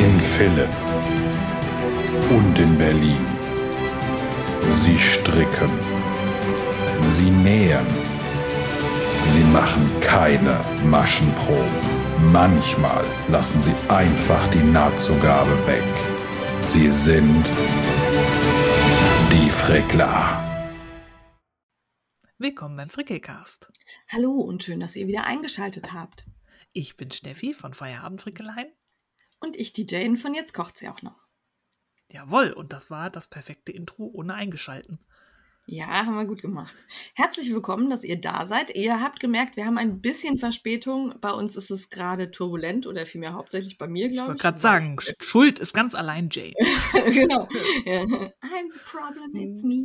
In Philipp und in Berlin. Sie stricken. Sie nähen. Sie machen keine Maschenproben. Manchmal lassen sie einfach die Nahtzugabe weg. Sie sind die Frickler. Willkommen beim Frickelcast. Hallo und schön, dass ihr wieder eingeschaltet habt. Ich bin Steffi von Feierabend-Frickeleien. Und ich, die Jane von Jetzt kocht sie auch noch. Jawohl, und das war das perfekte Intro ohne Eingeschalten. Ja, haben wir gut gemacht. Herzlich willkommen, dass ihr da seid. Ihr habt gemerkt, wir haben ein bisschen Verspätung. Bei uns ist es gerade turbulent oder vielmehr hauptsächlich bei mir, glaube ich. Ich wollte gerade sagen, Schuld ist ganz allein Jane. Genau. I'm the problem, it's me.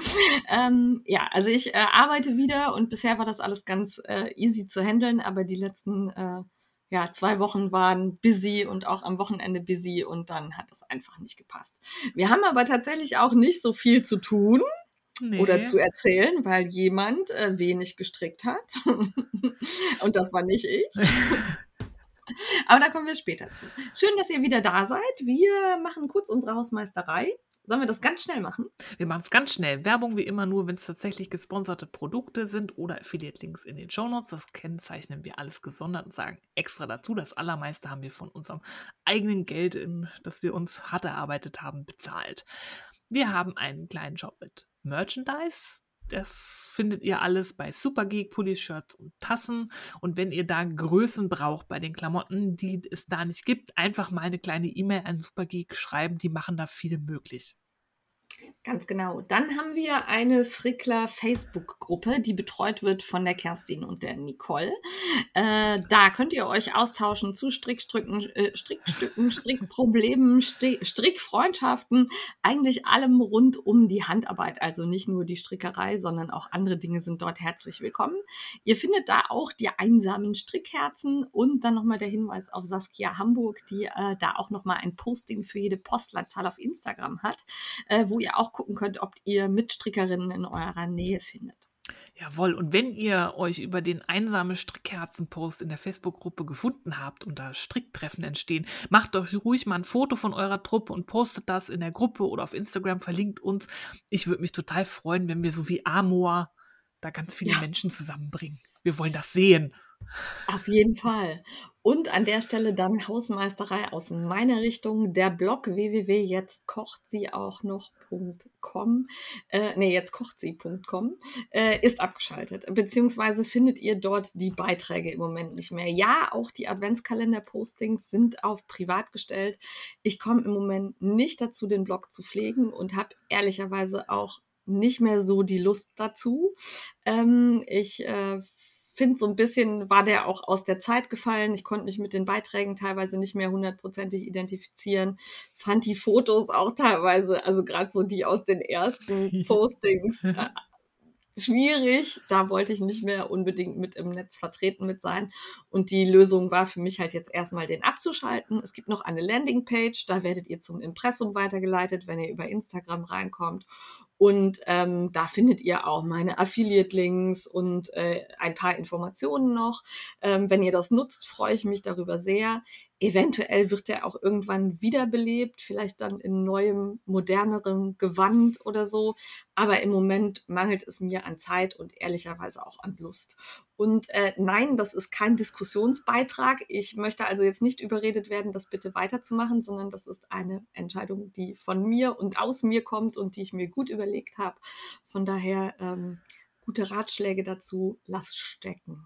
Ja, also ich arbeite wieder und bisher war das alles ganz easy zu handeln, aber die letzten 2 Wochen waren busy und auch am Wochenende busy und dann hat das einfach nicht gepasst. Wir haben aber tatsächlich auch nicht so viel zu tun. Nee. Oder zu erzählen, weil jemand wenig gestrickt hat. Und das war nicht ich. Aber da kommen wir später zu. Schön, dass ihr wieder da seid. Wir machen kurz unsere Hausmeisterei. Sollen wir das ganz schnell machen? Wir machen es ganz schnell. Werbung wie immer nur, wenn es tatsächlich gesponserte Produkte sind oder Affiliate-Links in den Shownotes. Das kennzeichnen wir alles gesondert und sagen extra dazu. Das Allermeiste haben wir von unserem eigenen Geld, das wir uns hart erarbeitet haben, bezahlt. Wir haben einen kleinen Shop mit Merchandise. Das findet ihr alles bei Supergeek, Pullis, Shirts und Tassen. Und wenn ihr da Größen braucht bei den Klamotten, die es da nicht gibt, einfach mal eine kleine E-Mail an Supergeek schreiben. Die machen da viel möglich. Ganz genau. Dann haben wir eine Frickler-Facebook-Gruppe, die betreut wird von der Kerstin und der Nicole. Da könnt ihr euch austauschen zu Strickstücken, Strickproblemen, Strickfreundschaften, eigentlich allem rund um die Handarbeit. Also nicht nur die Strickerei, sondern auch andere Dinge sind dort herzlich willkommen. Ihr findet da auch die einsamen Strickherzen und dann nochmal der Hinweis auf Saskia Hamburg, die da auch nochmal ein Posting für jede Postleitzahl auf Instagram hat, wo ihr auch gucken könnt, ob ihr Mitstrickerinnen in eurer Nähe findet. Jawohl, und wenn ihr euch über den einsame Strickherzen-Post in der Facebook-Gruppe gefunden habt und da Stricktreffen entstehen, macht euch ruhig mal ein Foto von eurer Truppe und postet das in der Gruppe oder auf Instagram, verlinkt uns. Ich würde mich total freuen, wenn wir so wie Amor da ganz viele Menschen zusammenbringen. Wir wollen das sehen. Auf jeden Fall. Und an der Stelle dann Hausmeisterei aus meiner Richtung. Der Blog www.jetztkochtsie.com ist abgeschaltet. Beziehungsweise findet ihr dort die Beiträge im Moment nicht mehr. Ja, auch die Adventskalender-Postings sind auf privat gestellt. Ich komme im Moment nicht dazu, den Blog zu pflegen und habe ehrlicherweise auch nicht mehr so die Lust dazu. Ich finde, so ein bisschen war der auch aus der Zeit gefallen. Ich konnte mich mit den Beiträgen teilweise nicht mehr 100%ig identifizieren. Fand die Fotos auch teilweise, also gerade so die aus den ersten Postings, schwierig. Da wollte ich nicht mehr unbedingt mit im Netz vertreten mit sein. Und die Lösung war für mich halt jetzt erstmal den abzuschalten. Es gibt noch eine Landingpage, da werdet ihr zum Impressum weitergeleitet, wenn ihr über Instagram reinkommt. Und da findet ihr auch meine Affiliate-Links und ein paar Informationen noch. Wenn ihr das nutzt, freue ich mich darüber sehr. Eventuell wird er auch irgendwann wiederbelebt, vielleicht dann in neuem, modernerem Gewand oder so. Aber im Moment mangelt es mir an Zeit und ehrlicherweise auch an Lust. Und nein, das ist kein Diskussionsbeitrag. Ich möchte also jetzt nicht überredet werden, das bitte weiterzumachen, sondern das ist eine Entscheidung, die von mir und aus mir kommt und die ich mir gut überlegt habe. Von daher gute Ratschläge dazu, lass stecken.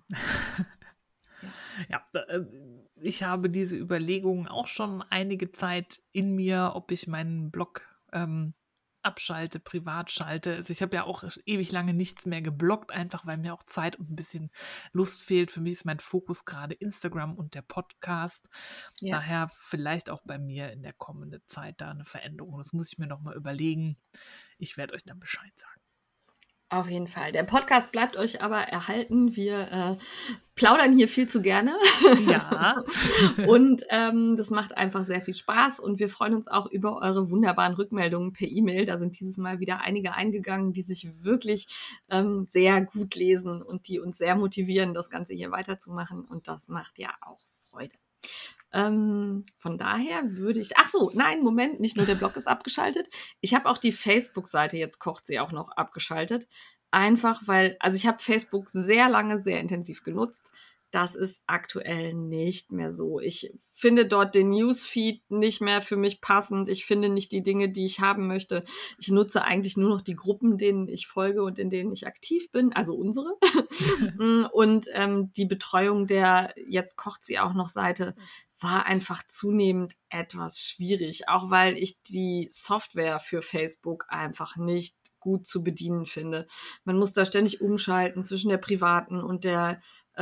Ja, ich habe diese Überlegungen auch schon einige Zeit in mir, ob ich meinen Blog abschalte, privat schalte. Also ich habe ja auch ewig lange nichts mehr gebloggt, einfach weil mir auch Zeit und ein bisschen Lust fehlt. Für mich ist mein Fokus gerade Instagram und der Podcast. Ja. Daher vielleicht auch bei mir in der kommenden Zeit da eine Veränderung. Das muss ich mir nochmal überlegen. Ich werde euch dann Bescheid sagen. Auf jeden Fall. Der Podcast bleibt euch aber erhalten. Wir plaudern hier viel zu gerne. Ja. Und das macht einfach sehr viel Spaß. Und wir freuen uns auch über eure wunderbaren Rückmeldungen per E-Mail. Da sind dieses Mal wieder einige eingegangen, die sich wirklich sehr gut lesen und die uns sehr motivieren, das Ganze hier weiterzumachen. Und das macht ja auch Freude. Von daher würde ich, ach so, nein, Moment, nicht nur der Blog ist abgeschaltet. Ich habe auch die Facebook-Seite, jetzt kocht sie auch noch, abgeschaltet. Einfach weil, also ich habe Facebook sehr lange, sehr intensiv genutzt. Das ist aktuell nicht mehr so. Ich finde dort den Newsfeed nicht mehr für mich passend. Ich finde nicht die Dinge, die ich haben möchte. Ich nutze eigentlich nur noch die Gruppen, denen ich folge und in denen ich aktiv bin, also unsere. Und die Betreuung der jetzt kocht sie auch noch Seite war einfach zunehmend etwas schwierig, auch weil ich die Software für Facebook einfach nicht gut zu bedienen finde. Man muss da ständig umschalten zwischen der privaten und der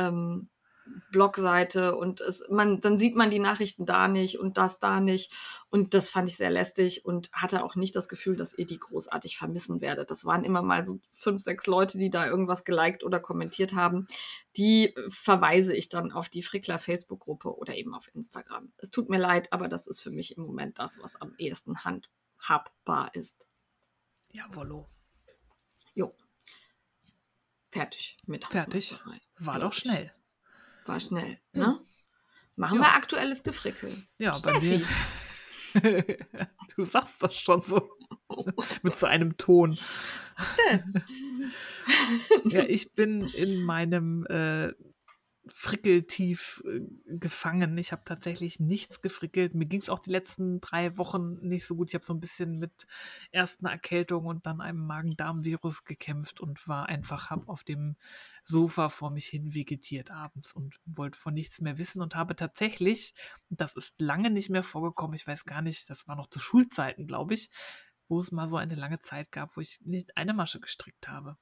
Blogseite und dann sieht man die Nachrichten da nicht und das da nicht und das fand ich sehr lästig und hatte auch nicht das Gefühl, dass ihr die großartig vermissen werdet. Das waren immer mal so 5, 6 Leute, die da irgendwas geliked oder kommentiert haben. Die verweise ich dann auf die Frickler Facebook-Gruppe oder eben auf Instagram. Es tut mir leid, aber das ist für mich im Moment das, was am ehesten handhabbar ist. Jawollo. Jo. Fertig mit Fertig. Hausmeisterei. War doch schnell. War schnell, ne? Machen Ja. wir aktuelles Gefrickel. Ja, Steffi. bei mir. Du sagst das schon so. Mit so einem Ton. Was denn? Ja, ich bin in meinem Frickeltief gefangen. Ich habe tatsächlich nichts gefrickelt. Mir ging es auch die letzten 3 Wochen nicht so gut. Ich habe so ein bisschen mit erst einer Erkältung und dann einem Magen-Darm-Virus gekämpft und war einfach, habe auf dem Sofa vor mich hin vegetiert abends und wollte von nichts mehr wissen und habe tatsächlich, das ist lange nicht mehr vorgekommen, ich weiß gar nicht, das war noch zu Schulzeiten, glaube ich, wo es mal so eine lange Zeit gab, wo ich nicht eine Masche gestrickt habe.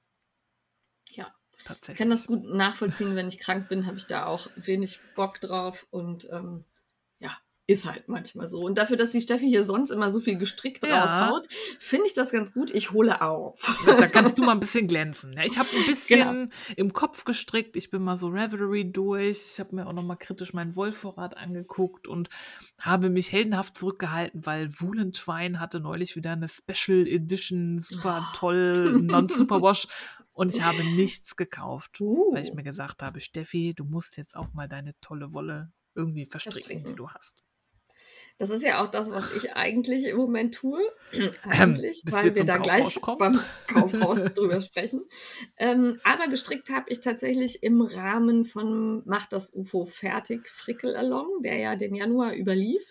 Ja. Ich Tatsächlich. kann das gut nachvollziehen, wenn ich krank bin, habe ich da auch wenig Bock drauf und ja, ist halt manchmal so. Und dafür, dass die Steffi hier sonst immer so viel gestrickt raushaut, finde ich das ganz gut. Ich hole auf. Da kannst du mal ein bisschen glänzen. Ja, ich habe ein bisschen im Kopf gestrickt. Ich bin mal so Ravelry durch. Ich habe mir auch noch mal kritisch meinen Wollvorrat angeguckt und habe mich heldenhaft zurückgehalten, weil Woolentwine hatte neulich wieder eine Special Edition, super toll, Non-Superwash. Und ich habe nichts gekauft, weil ich mir gesagt habe, Steffi, du musst jetzt auch mal deine tolle Wolle irgendwie verstricken, die du hast. Das ist ja auch das, was ich eigentlich im Moment tue. Eigentlich, weil wir da gleich beim Kaufhaus drüber sprechen. Aber gestrickt habe ich tatsächlich im Rahmen von Mach das UFO fertig Frickel-Along, der ja den Januar überlief.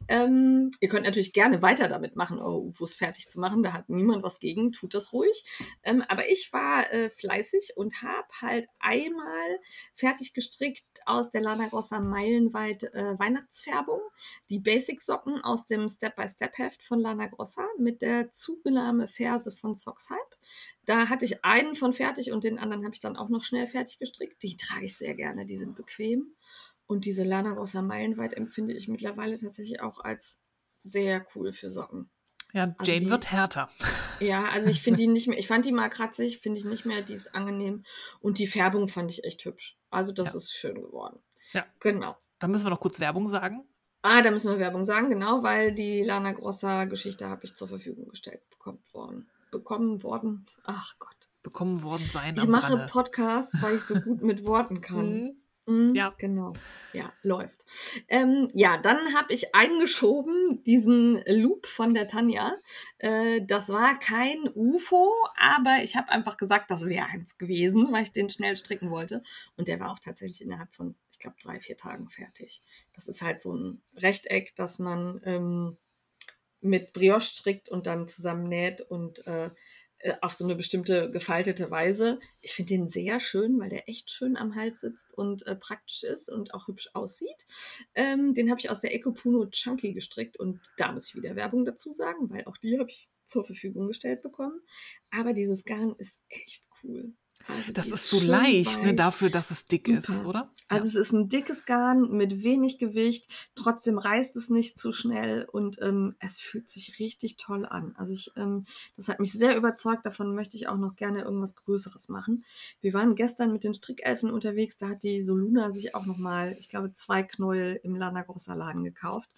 Ihr könnt natürlich gerne weiter damit machen, eure UFOs fertig zu machen. Da hat niemand was gegen, tut das ruhig. Aber ich war fleißig und habe halt einmal fertig gestrickt aus der Lana Grossa meilenweit Weihnachtsfärbung. Die Basic-Socken aus dem Step-by-Step-Heft von Lana Grossa mit der Zugenahme-Ferse von Socks Hype. Da hatte ich einen von fertig und den anderen habe ich dann auch noch schnell fertig gestrickt. Die trage ich sehr gerne, die sind bequem. Und diese Lana Grossa meilenweit empfinde ich mittlerweile tatsächlich auch als sehr cool für Socken. Ja, also Jane wird härter. Ja, also ich finde die nicht mehr, ich fand die mal kratzig, finde ich nicht mehr, die ist angenehm. Und die Färbung fand ich echt hübsch. Also das ist schön geworden. Ja. Genau. Da müssen wir noch kurz Werbung sagen. Da müssen wir Werbung sagen, genau, weil die Lana Grossa Geschichte habe ich zur Verfügung gestellt bekommen worden. Ach Gott. Bekommen worden sein. Ich mache Podcasts, weil ich so gut mit Worten kann. Ja. Genau. Ja, läuft. Ja, dann habe ich eingeschoben diesen Loop von der Tanja. Das war kein UFO, aber ich habe einfach gesagt, das wäre eins gewesen, weil ich den schnell stricken wollte. Und der war auch tatsächlich innerhalb von, ich glaube, 3-4 Tagen fertig. Das ist halt so ein Rechteck, das man mit Brioche strickt und dann zusammennäht und auf so eine bestimmte gefaltete Weise. Ich finde den sehr schön, weil der echt schön am Hals sitzt und praktisch ist und auch hübsch aussieht. Den habe ich aus der Ecopuno Chunky gestrickt und da muss ich wieder Werbung dazu sagen, weil auch die habe ich zur Verfügung gestellt bekommen. Aber dieses Garn ist echt cool. Also das ist so leicht, ne, dafür, dass es dick ist, oder? Also es ist ein dickes Garn mit wenig Gewicht, trotzdem reißt es nicht zu schnell und es fühlt sich richtig toll an. Also das hat mich sehr überzeugt, davon möchte ich auch noch gerne irgendwas Größeres machen. Wir waren gestern mit den Strickelfen unterwegs, da hat die Soluna sich auch nochmal, ich glaube, 2 Knäuel im Lana Grossa Laden gekauft.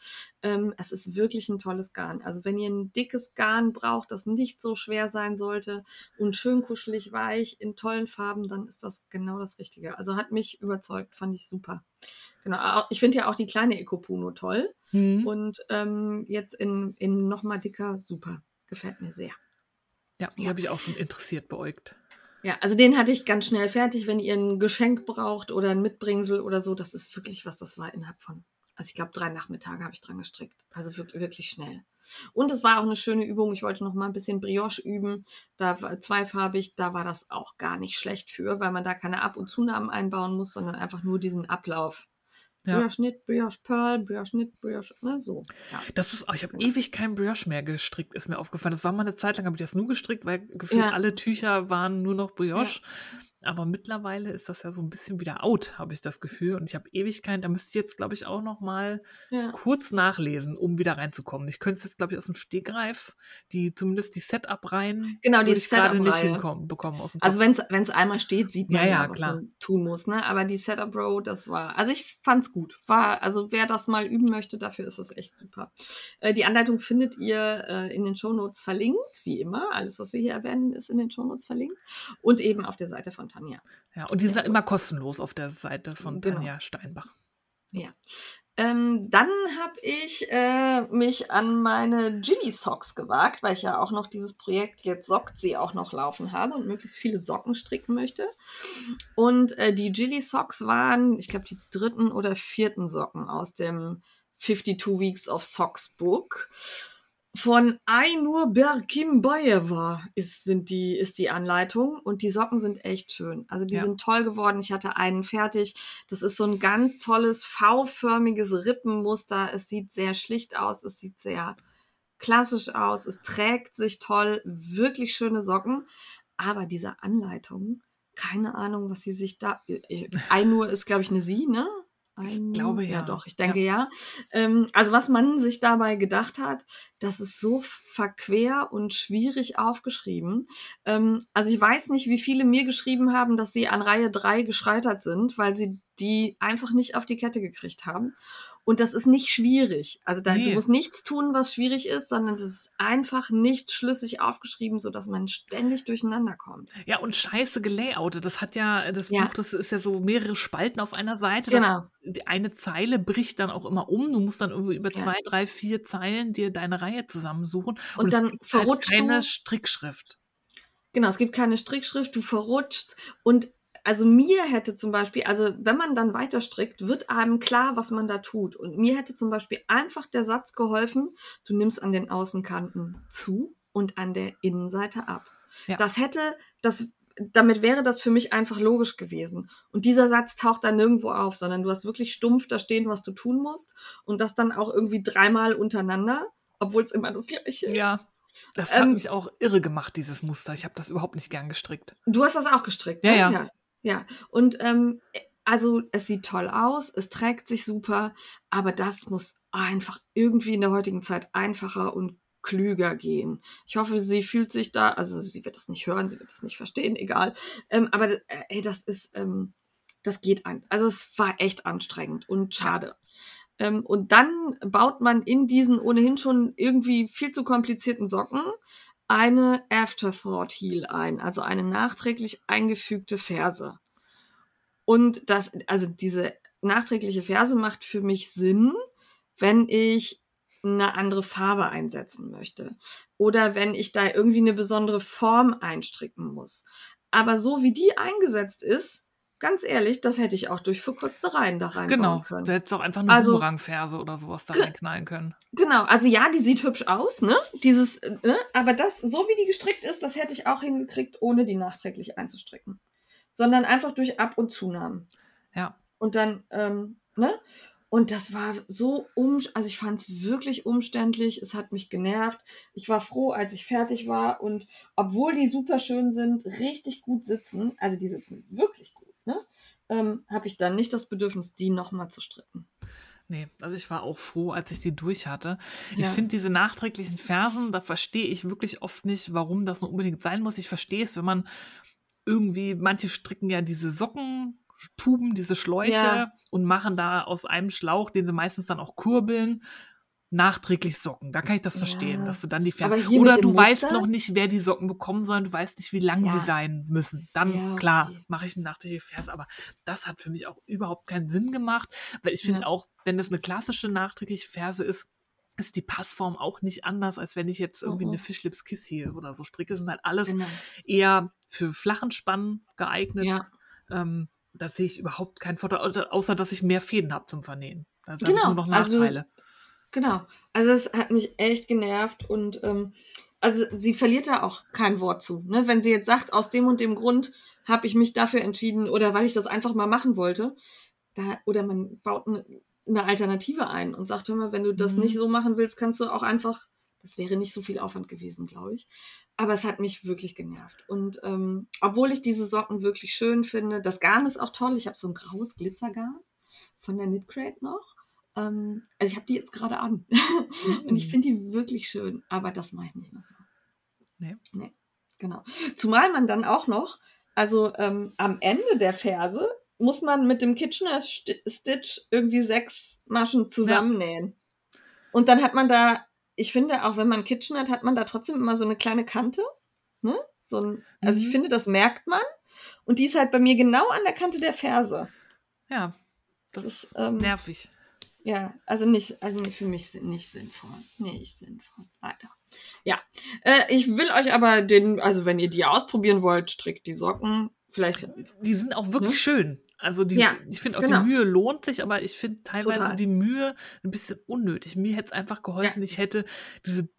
Es ist wirklich ein tolles Garn. Also wenn ihr ein dickes Garn braucht, das nicht so schwer sein sollte und schön kuschelig weich, in tollen tollen Farben, dann ist das genau das Richtige. Also hat mich überzeugt, fand ich super. Genau, ich finde ja auch die kleine Ecopuno toll. Und jetzt in nochmal dicker, super. Gefällt mir sehr. Ja, die habe ich auch schon interessiert beäugt. Ja, also den hatte ich ganz schnell fertig, wenn ihr ein Geschenk braucht oder ein Mitbringsel oder so. Das ist wirklich was, das war innerhalb von, also ich glaube 3 Nachmittage habe ich dran gestrickt. Also wirklich, wirklich schnell. Und es war auch eine schöne Übung. Ich wollte noch mal ein bisschen Brioche üben. Da war zweifarbig, da war das auch gar nicht schlecht für, weil man da keine Ab- und Zunahmen einbauen muss, sondern einfach nur diesen Ablauf. Ja. Brioche Knit, Brioche Pearl, Brioche Knit, Brioche, ne, so. Ja. Das ist, ich habe ewig kein Brioche mehr gestrickt, ist mir aufgefallen. Das war mal eine Zeit lang, habe ich das nur gestrickt, weil gefühlt alle Tücher waren nur noch Brioche. Ja. Aber mittlerweile ist das ja so ein bisschen wieder out, habe ich das Gefühl. Und ich habe ewig keinen, da müsste ich jetzt, glaube ich, auch noch mal kurz nachlesen, um wieder reinzukommen. Ich könnte es jetzt, glaube ich, aus dem Stegreif, zumindest die Setup-Reihen, genau, die ich gerade nicht bekommen aus dem Kopf. Also wenn es einmal steht, sieht man ja, was klar. man tun muss. Ne? Aber die Setup-Row, das war, also ich fand's gut. Also wer das mal üben möchte, dafür ist das echt super. Die Anleitung findet ihr in den Shownotes verlinkt, wie immer. Alles, was wir hier erwähnen, ist in den Shownotes verlinkt. Und eben auf der Seite von Tanja. Ja, und die sind immer kostenlos auf der Seite von Tanja Steinbach. Ja. Dann habe ich mich an meine Gilly Socks gewagt, weil ich ja auch noch dieses Projekt Jetzt sockt sie auch noch laufen habe und möglichst viele Socken stricken möchte. Und die Gilly Socks waren, ich glaube, die 3. oder 4. Socken aus dem 52 Weeks of Socks Book. Von Aynur Berkimbayeva ist die Anleitung und die Socken sind echt schön. Also die sind toll geworden. Ich hatte einen fertig. Das ist so ein ganz tolles V-förmiges Rippenmuster. Es sieht sehr schlicht aus. Es sieht sehr klassisch aus. Es trägt sich toll. Wirklich schöne Socken. Aber diese Anleitung, keine Ahnung, was sie sich da... Aynur ist, glaube ich, eine Sie, ne? Ich glaube, ja. Ja, doch, ich denke, ja. Also was man sich dabei gedacht hat, das ist so verquer und schwierig aufgeschrieben. Also ich weiß nicht, wie viele mir geschrieben haben, dass sie an Reihe 3 gescheitert sind, weil sie die einfach nicht auf die Kette gekriegt haben. Und das ist nicht schwierig. Also du musst nichts tun, was schwierig ist, sondern das ist einfach nicht schlüssig aufgeschrieben, sodass man ständig durcheinander kommt. Ja, und scheiße gelayoutet. Das hat das Buch, das ist ja so mehrere Spalten auf einer Seite. Genau. Eine Zeile bricht dann auch immer um. Du musst dann irgendwie über 2, 3, 4 Zeilen dir deine Reihe zusammensuchen. Und dann es gibt verrutscht halt keine Strickschrift. Genau, es gibt keine Strickschrift, du verrutschst. Und also mir hätte zum Beispiel, also wenn man dann weiter strickt, wird einem klar, was man da tut. Und mir hätte zum Beispiel einfach der Satz geholfen, du nimmst an den Außenkanten zu und an der Innenseite ab. Ja. Damit wäre das für mich einfach logisch gewesen. Und dieser Satz taucht dann nirgendwo auf, sondern du hast wirklich stumpf da stehen, was du tun musst. Und das dann auch irgendwie 3-mal untereinander, obwohl es immer das Gleiche ist. Ja. Das hat mich auch irre gemacht, dieses Muster. Ich habe das überhaupt nicht gern gestrickt. Du hast das auch gestrickt, ja, ne? Ja. Und also es sieht toll aus, es trägt sich super, aber das muss einfach irgendwie in der heutigen Zeit einfacher und klüger gehen. Ich hoffe, sie fühlt sich da, also sie wird das nicht hören, sie wird das nicht verstehen, egal. Aber das ist, das geht an. Also es war echt anstrengend und schade. Und dann baut man in diesen ohnehin schon irgendwie viel zu komplizierten Socken eine Afterthought Heel ein, also eine nachträglich eingefügte Ferse. Und diese nachträgliche Ferse macht für mich Sinn, wenn ich eine andere Farbe einsetzen möchte oder wenn ich da irgendwie eine besondere Form einstricken muss. Aber so wie die eingesetzt ist, ganz ehrlich, das hätte ich auch durch verkürzte Reihen da reinbauen können. Du hättest auch einfach eine Boomerang-Ferse oder sowas da reinknallen können. Genau, also ja, die sieht hübsch aus, ne? Aber das, so wie die gestrickt ist, das hätte ich auch hingekriegt, ohne die nachträglich einzustricken. Sondern einfach durch Ab- und Zunahmen. Ja. Und dann, ne? Und das war so also ich fand es wirklich umständlich, es hat mich genervt. Ich war froh, als ich fertig war und obwohl die super schön sind, richtig gut sitzen, also die sitzen wirklich gut, ne? Habe ich dann nicht das Bedürfnis, die nochmal zu stricken. Nee, also ich war auch froh, als ich die durch hatte. Ich finde diese nachträglichen Fersen, da verstehe ich wirklich oft nicht, warum das nur unbedingt sein muss. Ich verstehe es, wenn man irgendwie, manche stricken ja diese Sockentuben, diese Schläuche und machen da aus einem Schlauch, den sie meistens dann auch kurbeln, nachträglich Socken. Da kann ich das verstehen, Ja. dass du dann die Ferse... Aber hier Oder mit dem du weißt Muster? noch nicht, wer die Socken bekommen soll und du weißt nicht, wie lang sie Ja. sein müssen. Dann, Ja, klar, okay. mache ich eine nachträgliche Ferse. Aber das hat für mich auch überhaupt keinen Sinn gemacht, weil ich finde Ja. auch, wenn das eine klassische nachträgliche Ferse ist die Passform auch nicht anders, als wenn ich jetzt irgendwie eine Fischlips Kissy oder so stricke. Das sind halt alles Genau. eher für flachen Spannen geeignet. Ja. Da sehe ich überhaupt keinen Vorteil, außer dass ich mehr Fäden habe zum Vernähen. Also habe ich nur Genau. noch Nachteile. Also es hat mich echt genervt und also sie verliert da auch kein Wort zu. Ne? Wenn sie jetzt sagt, aus dem und dem Grund habe ich mich dafür entschieden oder weil ich das einfach mal machen wollte, oder man baut eine Alternative ein und sagt, hör mal, wenn du das nicht so machen willst, kannst du auch einfach, das wäre nicht so viel Aufwand gewesen, glaube ich. Aber es hat mich wirklich genervt. Und obwohl ich diese Socken wirklich schön finde, das Garn ist auch toll. Ich habe so ein graues Glitzergarn von der Knit Crate noch. Also ich habe die jetzt gerade an. Und ich finde die wirklich schön. Aber das mache ich nicht nochmal. Nee, genau. Zumal man dann auch noch, also am Ende der Ferse muss man mit dem Kitchener Stitch irgendwie 6 Maschen zusammennähen. Ja. Und dann hat man da, ich finde, auch wenn man Kitchenert, hat man da trotzdem immer so eine kleine Kante. Ne? Also ich finde, das merkt man. Und die ist halt bei mir genau an der Kante der Ferse. Ja, das ist nervig. Ja, also für mich nicht sinnvoll. Nicht sinnvoll, leider. Ja, ich will euch aber also wenn ihr die ausprobieren wollt, strickt die Socken. Vielleicht. Die sind auch wirklich schön. Also ich finde auch, die Mühe lohnt sich, aber ich finde teilweise die Mühe ein bisschen unnötig. Mir hätte es einfach geholfen, ich hätte diese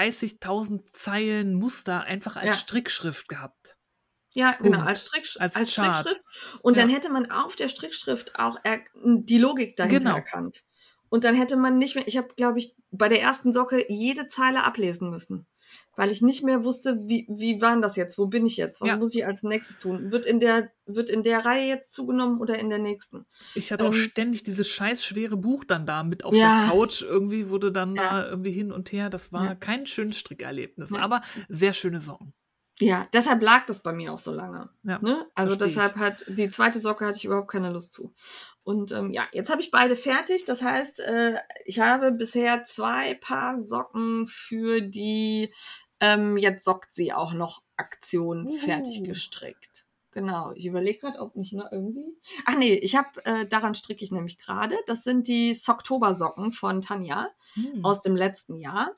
30.000 Zeilen Muster einfach als Strickschrift gehabt. Ja, genau, als Strickschrift. Und dann hätte man auf der Strickschrift auch die Logik dahinter erkannt. Und dann hätte man nicht mehr, ich habe, glaube ich, bei der ersten Socke jede Zeile ablesen müssen. Weil ich nicht mehr wusste, wie war das jetzt? Wo bin ich jetzt? Was muss ich als nächstes tun? Wird in der Reihe jetzt zugenommen oder in der nächsten? Ich hatte auch ständig dieses scheiß schwere Buch dann da mit auf der Couch. Irgendwie wurde dann da irgendwie hin und her. Das war kein schönes Strickerlebnis, aber sehr schöne Socken. Ja, deshalb lag das bei mir auch so lange. Ja, ne? Also deshalb die zweite Socke hatte ich überhaupt keine Lust zu. Und jetzt habe ich beide fertig. Das heißt, ich habe bisher 2 Paar Socken für die jetzt sockt sie auch noch Aktion fertig gestrickt. Genau, ich überlege gerade, ob nicht noch irgendwie... Ach nee, ich habe, daran stricke ich nämlich gerade. Das sind die Socktober-Socken von Tanja aus dem letzten Jahr.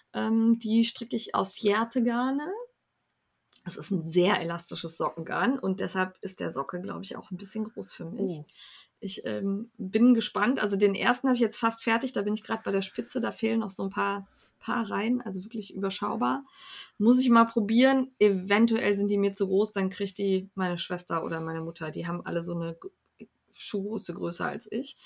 Die stricke ich aus Järtegarne. Das ist ein sehr elastisches Sockengarn und deshalb ist der Socke, glaube ich, auch ein bisschen groß für mich. Ich bin gespannt. Also den ersten habe ich jetzt fast fertig. Da bin ich gerade bei der Spitze. Da fehlen noch so ein paar Reihen, also wirklich überschaubar. Muss ich mal probieren. Eventuell sind die mir zu groß, dann kriegt die meine Schwester oder meine Mutter. Die haben alle so eine Schuhgröße größer als ich.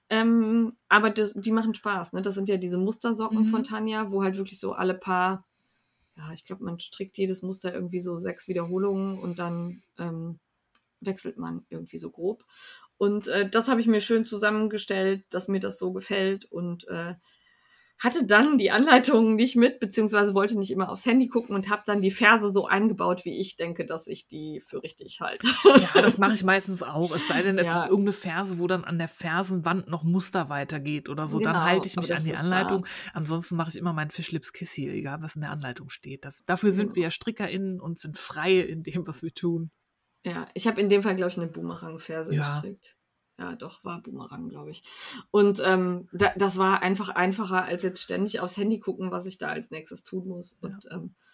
Aber die machen Spaß. Ne? Das sind ja diese Mustersocken von Tanja, wo halt wirklich so alle paar, ich glaube, man strickt jedes Muster irgendwie so 6 Wiederholungen und dann wechselt man irgendwie so grob. Und das habe ich mir schön zusammengestellt, dass mir das so gefällt und hatte dann die Anleitungen nicht mit, beziehungsweise wollte nicht immer aufs Handy gucken und habe dann die Ferse so eingebaut, wie ich denke, dass ich die für richtig halte. Ja, das mache ich meistens auch. Es sei denn, es ist irgendeine Ferse, wo dann an der Fersenwand noch Muster weitergeht oder so. Genau, dann halte ich mich an die Anleitung. Ansonsten mache ich immer mein Fischlips Kissy, egal was in der Anleitung steht. Dafür sind wir ja StrickerInnen und sind frei in dem, was wir tun. Ja, ich habe in dem Fall, glaube ich, eine Boomerang-Ferse gestrickt. Ja, doch, war Boomerang, glaube ich. Und das war einfach einfacher, als jetzt ständig aufs Handy gucken, was ich da als nächstes tun muss. Und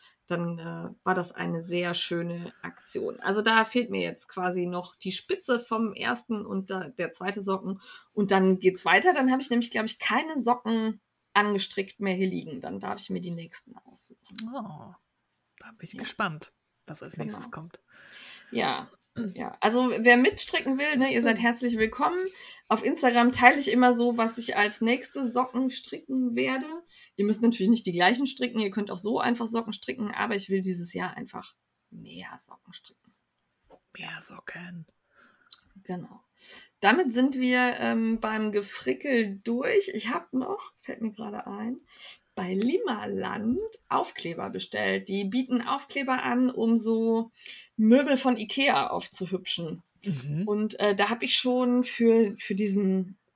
dann war das eine sehr schöne Aktion. Also da fehlt mir jetzt quasi noch die Spitze vom ersten und der zweite Socken. Und dann geht's weiter. Dann habe ich nämlich, glaube ich, keine Socken angestrickt mehr hier liegen. Dann darf ich mir die nächsten aussuchen. Oh, da bin ich gespannt, was als nächstes kommt. Ja, also wer mitstricken will, ne, ihr seid herzlich willkommen. Auf Instagram teile ich immer so, was ich als nächste Socken stricken werde. Ihr müsst natürlich nicht die gleichen stricken, ihr könnt auch so einfach Socken stricken, aber ich will dieses Jahr einfach mehr Socken stricken. Mehr Socken. Genau. Damit sind wir beim Gefrickel durch. Ich habe noch, fällt mir gerade ein, bei Limaland Aufkleber bestellt. Die bieten Aufkleber an, um so Möbel von Ikea aufzuhübschen. Und da habe ich schon für diesen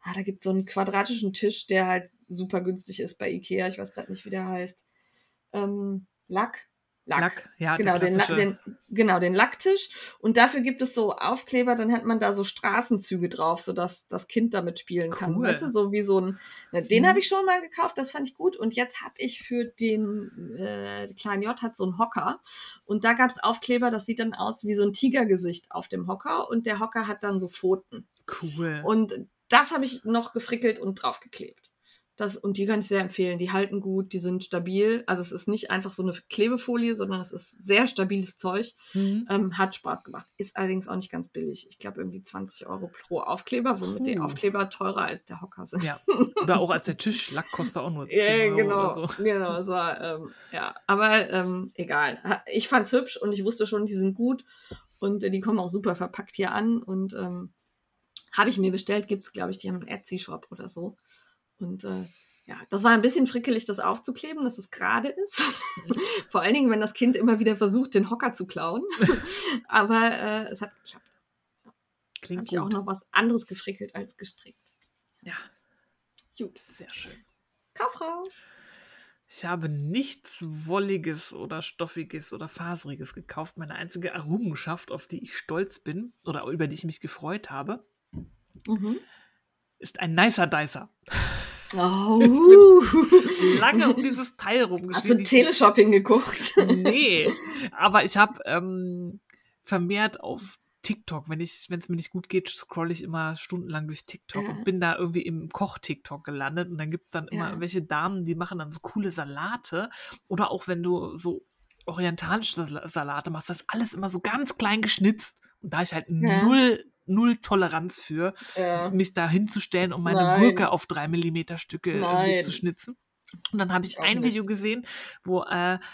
Da gibt es so einen quadratischen Tisch, der halt super günstig ist bei Ikea. Ich weiß gerade nicht, wie der heißt. Lack. Ja, Genau, der klassische. den Lacktisch. Und dafür gibt es so Aufkleber, dann hat man da so Straßenzüge drauf, sodass das Kind damit spielen kann. Cool. Weißt du, so wie so ein. Den habe ich schon mal gekauft, das fand ich gut. Und jetzt habe ich für den kleinen J hat so einen Hocker. Und da gab es Aufkleber, das sieht dann aus wie so ein Tigergesicht auf dem Hocker. Und der Hocker hat dann so Pfoten. Cool. Und das habe ich noch gefrickelt und draufgeklebt. Und die kann ich sehr empfehlen. Die halten gut, die sind stabil. Also es ist nicht einfach so eine Klebefolie, sondern es ist sehr stabiles Zeug. Hat Spaß gemacht. Ist allerdings auch nicht ganz billig. Ich glaube irgendwie 20 € pro Aufkleber, womit die Aufkleber teurer als der Hocker sind. Ja, oder auch als der Tisch. Lack kostet auch nur 10 € oder so. Genau, es war, aber egal. Ich fand's hübsch und ich wusste schon, die sind gut und die kommen auch super verpackt hier an und habe ich mir bestellt, gibt's, glaube ich, die haben einen Etsy-Shop oder so. Und das war ein bisschen frickelig, das aufzukleben, dass es gerade ist. Vor allen Dingen, wenn das Kind immer wieder versucht, den Hocker zu klauen. Aber es hat geklappt. Klingt gut. Habe ich auch noch was anderes gefrickelt als gestrickt. Ja. Gut. Sehr schön. Kauffrau. Ich habe nichts Wolliges oder Stoffiges oder Faseriges gekauft. Meine einzige Errungenschaft, auf die ich stolz bin oder über die ich mich gefreut habe, ist ein Nicer Dicer. Oh. Ich bin lange um dieses Teil rumgeschrieben. Hast du Teleshopping geguckt? Nee, aber ich habe vermehrt auf TikTok, wenn es mir nicht gut geht, scrolle ich immer stundenlang durch TikTok und bin da irgendwie im Koch-TikTok gelandet und dann gibt es dann immer irgendwelche Damen, die machen dann so coole Salate oder auch wenn du so orientalische Salate machst, das ist alles immer so ganz klein geschnitzt und da ich halt null Toleranz für, mich da hinzustellen und meine Gurke auf 3 mm Stücke zu schnitzen. Und dann habe ich ein Video gesehen, wo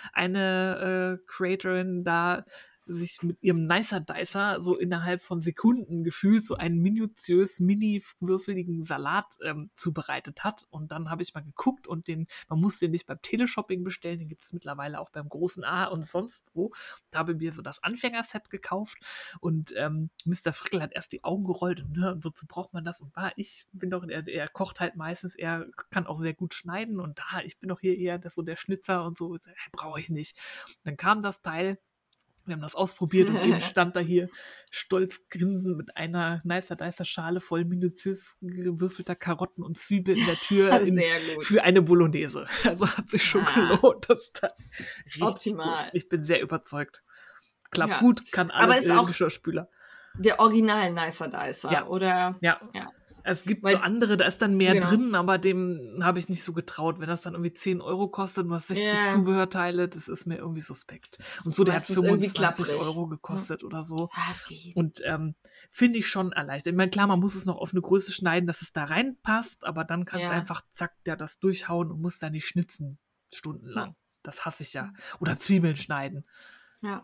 eine Creatorin da sich mit ihrem Nicer Dicer so innerhalb von Sekunden gefühlt so einen minutiös mini-würfeligen Salat zubereitet hat. Und dann habe ich mal geguckt und man muss den nicht beim Teleshopping bestellen, den gibt es mittlerweile auch beim großen A und sonst wo. Da habe ich mir so das Anfängerset gekauft und Mr. Frickel hat erst die Augen gerollt und wozu braucht man das? Und ich bin doch, er kocht halt meistens, er kann auch sehr gut schneiden und ich bin doch hier eher so der Schnitzer und so, brauche ich nicht. Dann kam das Teil, wir haben das ausprobiert und eben stand da hier stolz grinsend mit einer Nicer Dicer Schale voll minutiös gewürfelter Karotten und Zwiebeln in der Tür für eine Bolognese. Also hat sich schon gelohnt. Das ist optimal. Gut. Ich bin sehr überzeugt. Klappt gut, kann alles in den Geschirrspüler. Der Original Nicer Dicer, oder? Ja. Es gibt so andere, da ist dann mehr drin, aber dem habe ich nicht so getraut. Wenn das dann irgendwie 10 € kostet und du hast 60 Zubehörteile, das ist mir irgendwie suspekt. Und so, der hat 25 € gekostet oder so. Das geht. Und finde ich schon erleichtert. Ich meine, klar, man muss es noch auf eine Größe schneiden, dass es da reinpasst, aber dann kannst du einfach zack, das durchhauen und musst dann nicht schnitzen stundenlang. Das hasse ich ja. Oder Zwiebeln schneiden. Ja.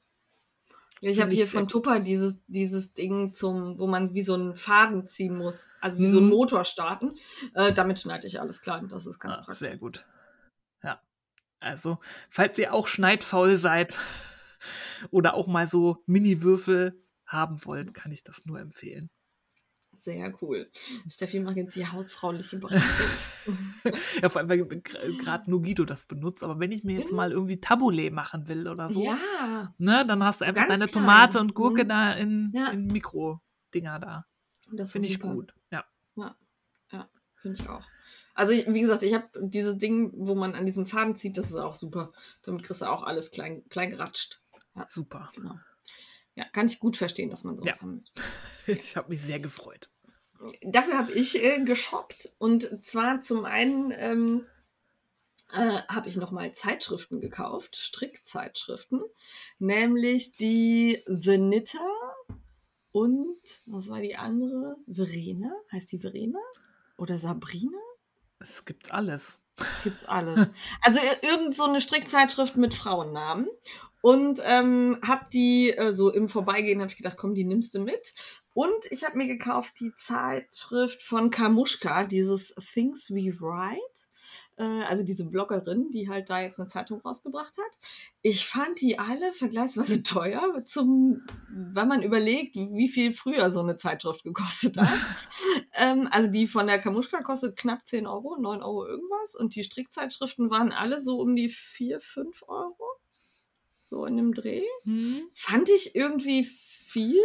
Ich habe hier von Tupper dieses Ding wo man wie so einen Faden ziehen muss. Also wie so einen Motor starten. Damit schneide ich alles klein. Das ist ganz praktisch. Sehr gut. Ja. Also, falls ihr auch schneidfaul seid oder auch mal so Mini-Würfel haben wollt, kann ich das nur empfehlen. Sehr cool. Steffi macht jetzt die hausfrauliche Beratung. Ja, vor allem, weil gerade nur Guido das benutzt. Aber wenn ich mir jetzt mal irgendwie Tabbouleh machen will oder so, dann hast du einfach deine Tomate und Gurke da in Mikrodinger da. Das finde ich gut. Ja, finde ich auch. Also, wie gesagt, ich habe dieses Ding, wo man an diesem Faden zieht, das ist auch super. Damit kriegst du auch alles klein geratscht. Ja, super. Genau. Ja, kann ich gut verstehen, dass man sowas haben möchte. Ich habe mich sehr gefreut. Dafür habe ich geshoppt und zwar zum einen habe ich nochmal Zeitschriften gekauft, Strickzeitschriften, nämlich die The Knitter und, was war die andere? Verena? Heißt die Verena? Oder Sabrina? Es gibt's alles. Also irgend so eine Strickzeitschrift mit Frauennamen. Und habe die, so im Vorbeigehen habe ich gedacht, komm, die nimmst du mit. Und ich habe mir gekauft die Zeitschrift von Kamuschka, dieses Things We Write. Also diese Bloggerin, die halt da jetzt eine Zeitung rausgebracht hat. Ich fand die alle vergleichsweise teuer, wenn man überlegt, wie viel früher so eine Zeitschrift gekostet hat. Also die von der Kamuschka kostet knapp 10 Euro, 9 Euro irgendwas. Und die Strickzeitschriften waren alle so um die 4, 5 Euro. So in dem Dreh. Fand ich irgendwie viel,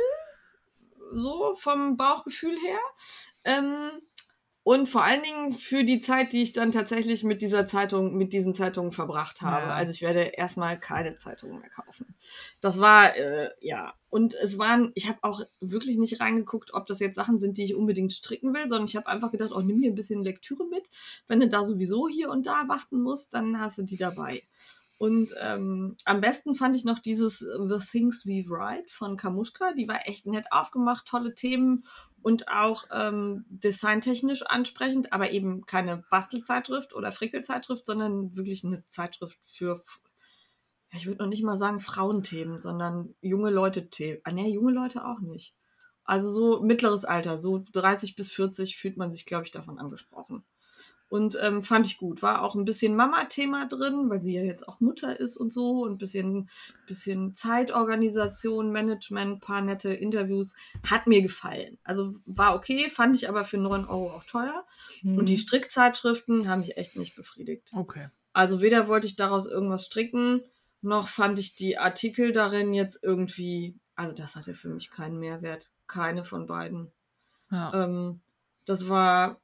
so vom Bauchgefühl her. Und vor allen Dingen für die Zeit, die ich dann tatsächlich mit diesen Zeitungen verbracht habe. Ja. Also ich werde erstmal keine Zeitungen mehr kaufen. Das war, ja. Und ich habe auch wirklich nicht reingeguckt, ob das jetzt Sachen sind, die ich unbedingt stricken will, sondern ich habe einfach gedacht, oh, nimm dir ein bisschen Lektüre mit. Wenn du da sowieso hier und da warten musst, dann hast du die dabei. Und am besten fand ich noch dieses The Things We Write von Kamuschka. Die war echt nett aufgemacht, tolle Themen und auch designtechnisch ansprechend, aber eben keine Bastelzeitschrift oder Frickelzeitschrift, sondern wirklich eine Zeitschrift für, ja, ich würde noch nicht mal sagen Frauenthemen, sondern junge Leute-Themen. Ah, ne, junge Leute auch nicht. Also so mittleres Alter, so 30 bis 40 fühlt man sich, glaube ich, davon angesprochen. Und fand ich gut. War auch ein bisschen Mama-Thema drin, weil sie ja jetzt auch Mutter ist und so. Und ein bisschen Zeitorganisation, Management, paar nette Interviews. Hat mir gefallen. Also war okay, fand ich aber für 9 Euro auch teuer. Und die Strickzeitschriften haben mich echt nicht befriedigt. Okay. Also weder wollte ich daraus irgendwas stricken, noch fand ich die Artikel darin jetzt irgendwie, also das hatte für mich keinen Mehrwert. Keine von beiden. Ja. Das war...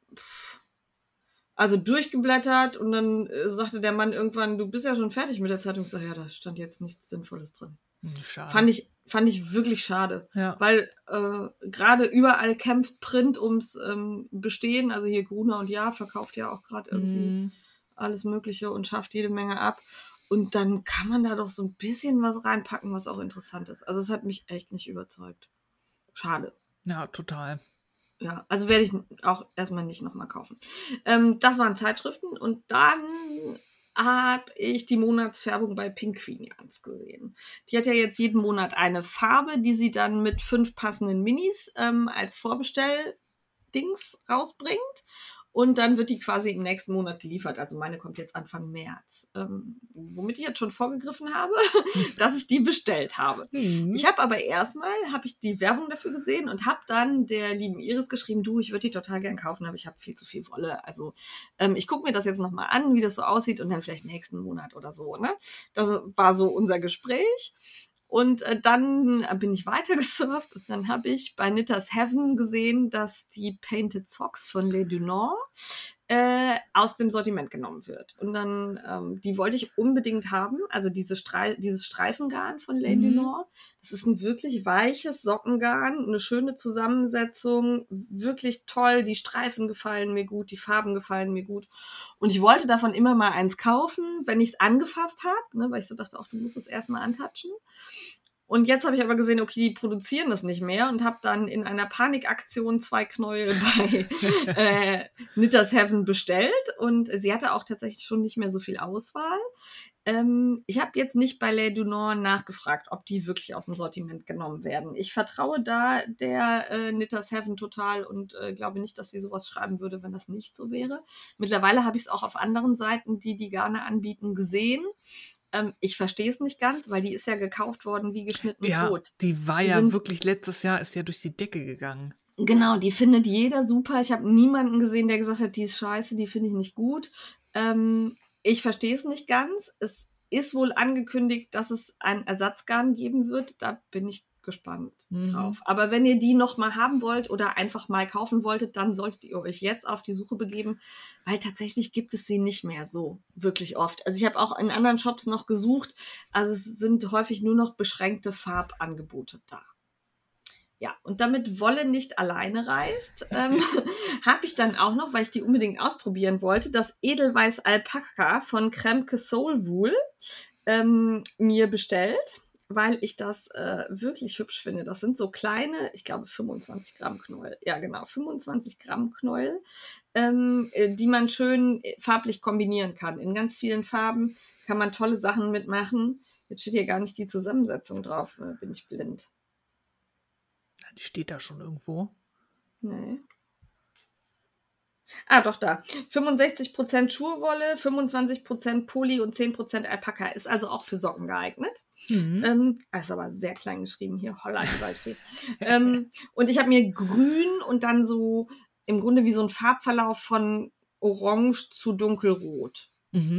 Also durchgeblättert und dann sagte der Mann irgendwann, du bist ja schon fertig mit der Zeitung. Ich sage, ja, da stand jetzt nichts Sinnvolles drin. Schade. Fand ich wirklich schade. Ja. Weil gerade überall kämpft Print ums Bestehen. Also hier Gruner und Jahr verkauft ja auch gerade irgendwie alles Mögliche und schafft jede Menge ab. Und dann kann man da doch so ein bisschen was reinpacken, was auch interessant ist. Also es hat mich echt nicht überzeugt. Schade. Ja, total. Ja, also werde ich auch erstmal nicht nochmal kaufen. Das waren Zeitschriften und dann habe ich die Monatsfärbung bei Pinguinians gesehen. Die hat ja jetzt jeden Monat eine Farbe, die sie dann mit 5 passenden Minis als Vorbestelldings rausbringt. Und dann wird die quasi im nächsten Monat geliefert. Also meine kommt jetzt Anfang März. Womit ich jetzt schon vorgegriffen habe, dass ich die bestellt habe. Ich habe aber erstmal die Werbung dafür gesehen und habe dann der lieben Iris geschrieben, du, ich würde die total gern kaufen, aber ich habe viel zu viel Wolle. Also ich gucke mir das jetzt nochmal an, wie das so aussieht und dann vielleicht nächsten Monat oder so. Ne? Das war so unser Gespräch. Und dann bin ich weiter gesurft und dann habe ich bei Knitter's Heaven gesehen, dass die Painted Socks von Les Dunant aus dem Sortiment genommen wird. Und dann, die wollte ich unbedingt haben, also dieses Streifengarn von Les Dunant. Das ist ein wirklich weiches Sockengarn, eine schöne Zusammensetzung, wirklich toll. Die Streifen gefallen mir gut, die Farben gefallen mir gut. Und ich wollte davon immer mal eins kaufen, wenn ich es angefasst habe, ne, weil ich so dachte, ach, du musst es erstmal antatschen. Und jetzt habe ich aber gesehen, okay, die produzieren das nicht mehr und habe dann in einer Panikaktion 2 Knäuel bei Knitter's Heaven bestellt. Und sie hatte auch tatsächlich schon nicht mehr so viel Auswahl. Ich habe jetzt nicht bei Les Dunant nachgefragt, ob die wirklich aus dem Sortiment genommen werden. Ich vertraue da der Knitter's Heaven total und glaube nicht, dass sie sowas schreiben würde, wenn das nicht so wäre. Mittlerweile habe ich es auch auf anderen Seiten, die Garne anbieten, gesehen. Ich verstehe es nicht ganz, weil die ist ja gekauft worden wie geschnitten Brot. Die war ja wirklich letztes Jahr, ist ja durch die Decke gegangen. Genau, die findet jeder super. Ich habe niemanden gesehen, der gesagt hat, die ist scheiße, die finde ich nicht gut. Ich verstehe es nicht ganz. Es ist wohl angekündigt, dass es ein Ersatzgarn geben wird. Da bin ich gespannt drauf. Aber wenn ihr die noch mal haben wollt oder einfach mal kaufen wolltet, dann solltet ihr euch jetzt auf die Suche begeben, weil tatsächlich gibt es sie nicht mehr so wirklich oft. Also ich habe auch in anderen Shops noch gesucht. Also es sind häufig nur noch beschränkte Farbangebote da. Ja, und damit Wolle nicht alleine reist, habe ich dann auch noch, weil ich die unbedingt ausprobieren wollte, das Edelweiß Alpaka von Kremke Soul Wool mir bestellt, weil ich das wirklich hübsch finde. Das sind so kleine, ich glaube 25 Gramm Knäuel. Ja, genau, 25 Gramm Knäuel, die man schön farblich kombinieren kann. In ganz vielen Farben kann man tolle Sachen mitmachen. Jetzt steht hier gar nicht die Zusammensetzung drauf, bin ich blind. Die steht da schon irgendwo. Nee. Doch da. 65% Schurwolle, 25% Poly und 10% Alpaka. Ist also auch für Socken geeignet. Ist aber sehr klein geschrieben hier. Holla, die Waldfee. Und ich habe mir grün und dann so im Grunde wie so ein Farbverlauf von orange zu dunkelrot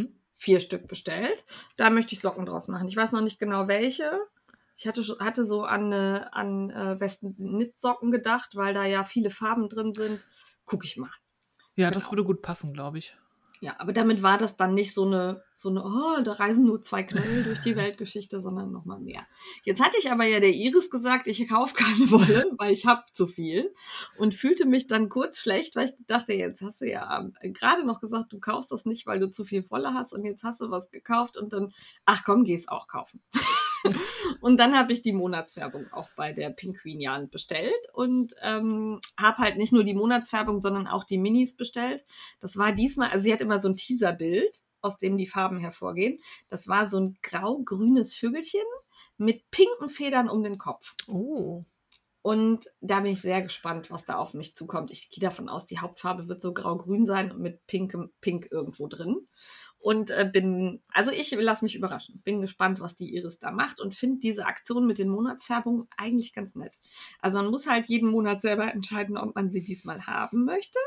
4 Stück bestellt. Da möchte ich Socken draus machen. Ich weiß noch nicht genau welche. Ich hatte so an Westen-Knit-Socken gedacht, weil da ja viele Farben drin sind. Gucke ich mal. Ja, das würde gut passen, glaube ich. Ja, aber damit war das dann nicht so eine, da reisen nur 2 Knöll durch die Weltgeschichte, sondern nochmal mehr. Jetzt hatte ich aber ja der Iris gesagt, ich kaufe keine Wolle, weil ich habe zu viel und fühlte mich dann kurz schlecht, weil ich dachte, jetzt hast du ja gerade noch gesagt, du kaufst das nicht, weil du zu viel Wolle hast und jetzt hast du was gekauft und dann, ach komm, geh es auch kaufen. Und dann habe ich die Monatsfärbung auch bei der Pinguinian bestellt und habe halt nicht nur die Monatsfärbung, sondern auch die Minis bestellt. Das war diesmal, also sie hat immer so ein Teaserbild, aus dem die Farben hervorgehen. Das war so ein grau-grünes Vögelchen mit pinken Federn um den Kopf. Oh. Und da bin ich sehr gespannt, was da auf mich zukommt. Ich gehe davon aus, die Hauptfarbe wird so grau-grün sein und mit Pink irgendwo drin. Und ich lasse mich überraschen. Bin gespannt, was die Iris da macht und finde diese Aktion mit den Monatsfärbungen eigentlich ganz nett. Also man muss halt jeden Monat selber entscheiden, ob man sie diesmal haben möchte.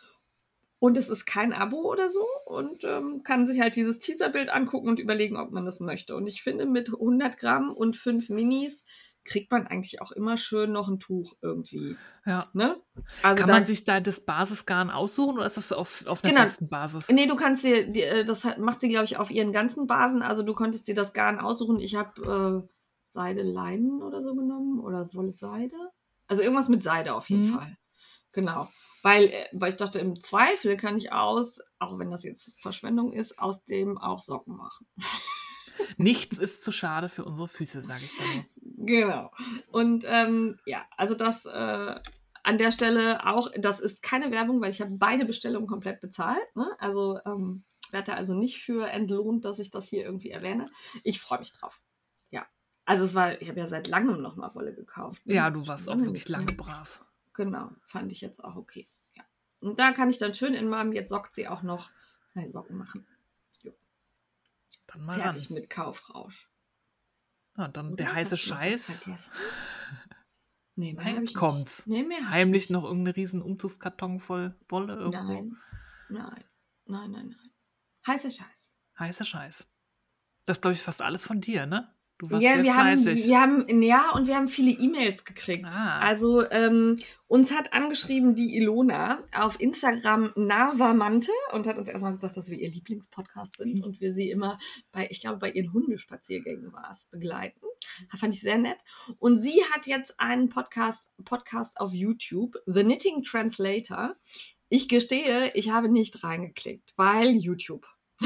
Und es ist kein Abo oder so und kann sich halt dieses Teaserbild angucken und überlegen, ob man das möchte. Und ich finde, mit 100 Gramm und 5 Minis kriegt man eigentlich auch immer schön noch ein Tuch irgendwie. Ja. Ne? Also kann man sich da das Basisgarn aussuchen oder ist das auf einer festen Basis? Nee, du kannst dir, das macht sie, glaube ich, auf ihren ganzen Basen. Also du konntest dir das Garn aussuchen. Ich habe Seide Leinen oder so genommen oder Wolle Seide. Also irgendwas mit Seide auf jeden Fall. Genau. Weil ich dachte, im Zweifel kann ich auch wenn das jetzt Verschwendung ist, aus dem auch Socken machen. Nichts ist zu schade für unsere Füße, sage ich dann. Genau. Und also das an der Stelle auch, das ist keine Werbung, weil ich habe beide Bestellungen komplett bezahlt. Ne? Also werde also nicht für entlohnt, dass ich das hier irgendwie erwähne. Ich freue mich drauf. Ja. Also ich habe ja seit langem nochmal Wolle gekauft. Ne? Ja, du warst auch wirklich lange brav. Genau, fand ich jetzt auch okay. Ja. Und da kann ich dann schön in meinem, jetzt sockt sie auch noch, Socken machen. Jo. Dann mal fertig ran. mit Kaufrausch. Ja, dann Oder? der heiße Scheiß. Nee, mehr habe ich kommt's. nicht. Nee, Heimlich noch irgendeinen riesen Umzugskarton voll Wolle irgendwo? Nein. Heißer Scheiß. Heißer Scheiß. Das ist, glaube ich, fast alles von dir, ne? Du warst Ja, sehr wir fleißig. haben viele E-Mails gekriegt. Also uns hat angeschrieben die Ilona auf Instagram Narvamante und hat uns erstmal gesagt, dass wir ihr Lieblingspodcast sind und wir sie immer bei ihren Hundespaziergängen begleiten. Das fand ich sehr nett. Und sie hat jetzt einen Podcast auf YouTube, The Knitting Translator. Ich gestehe, ich habe nicht reingeklickt, weil YouTube.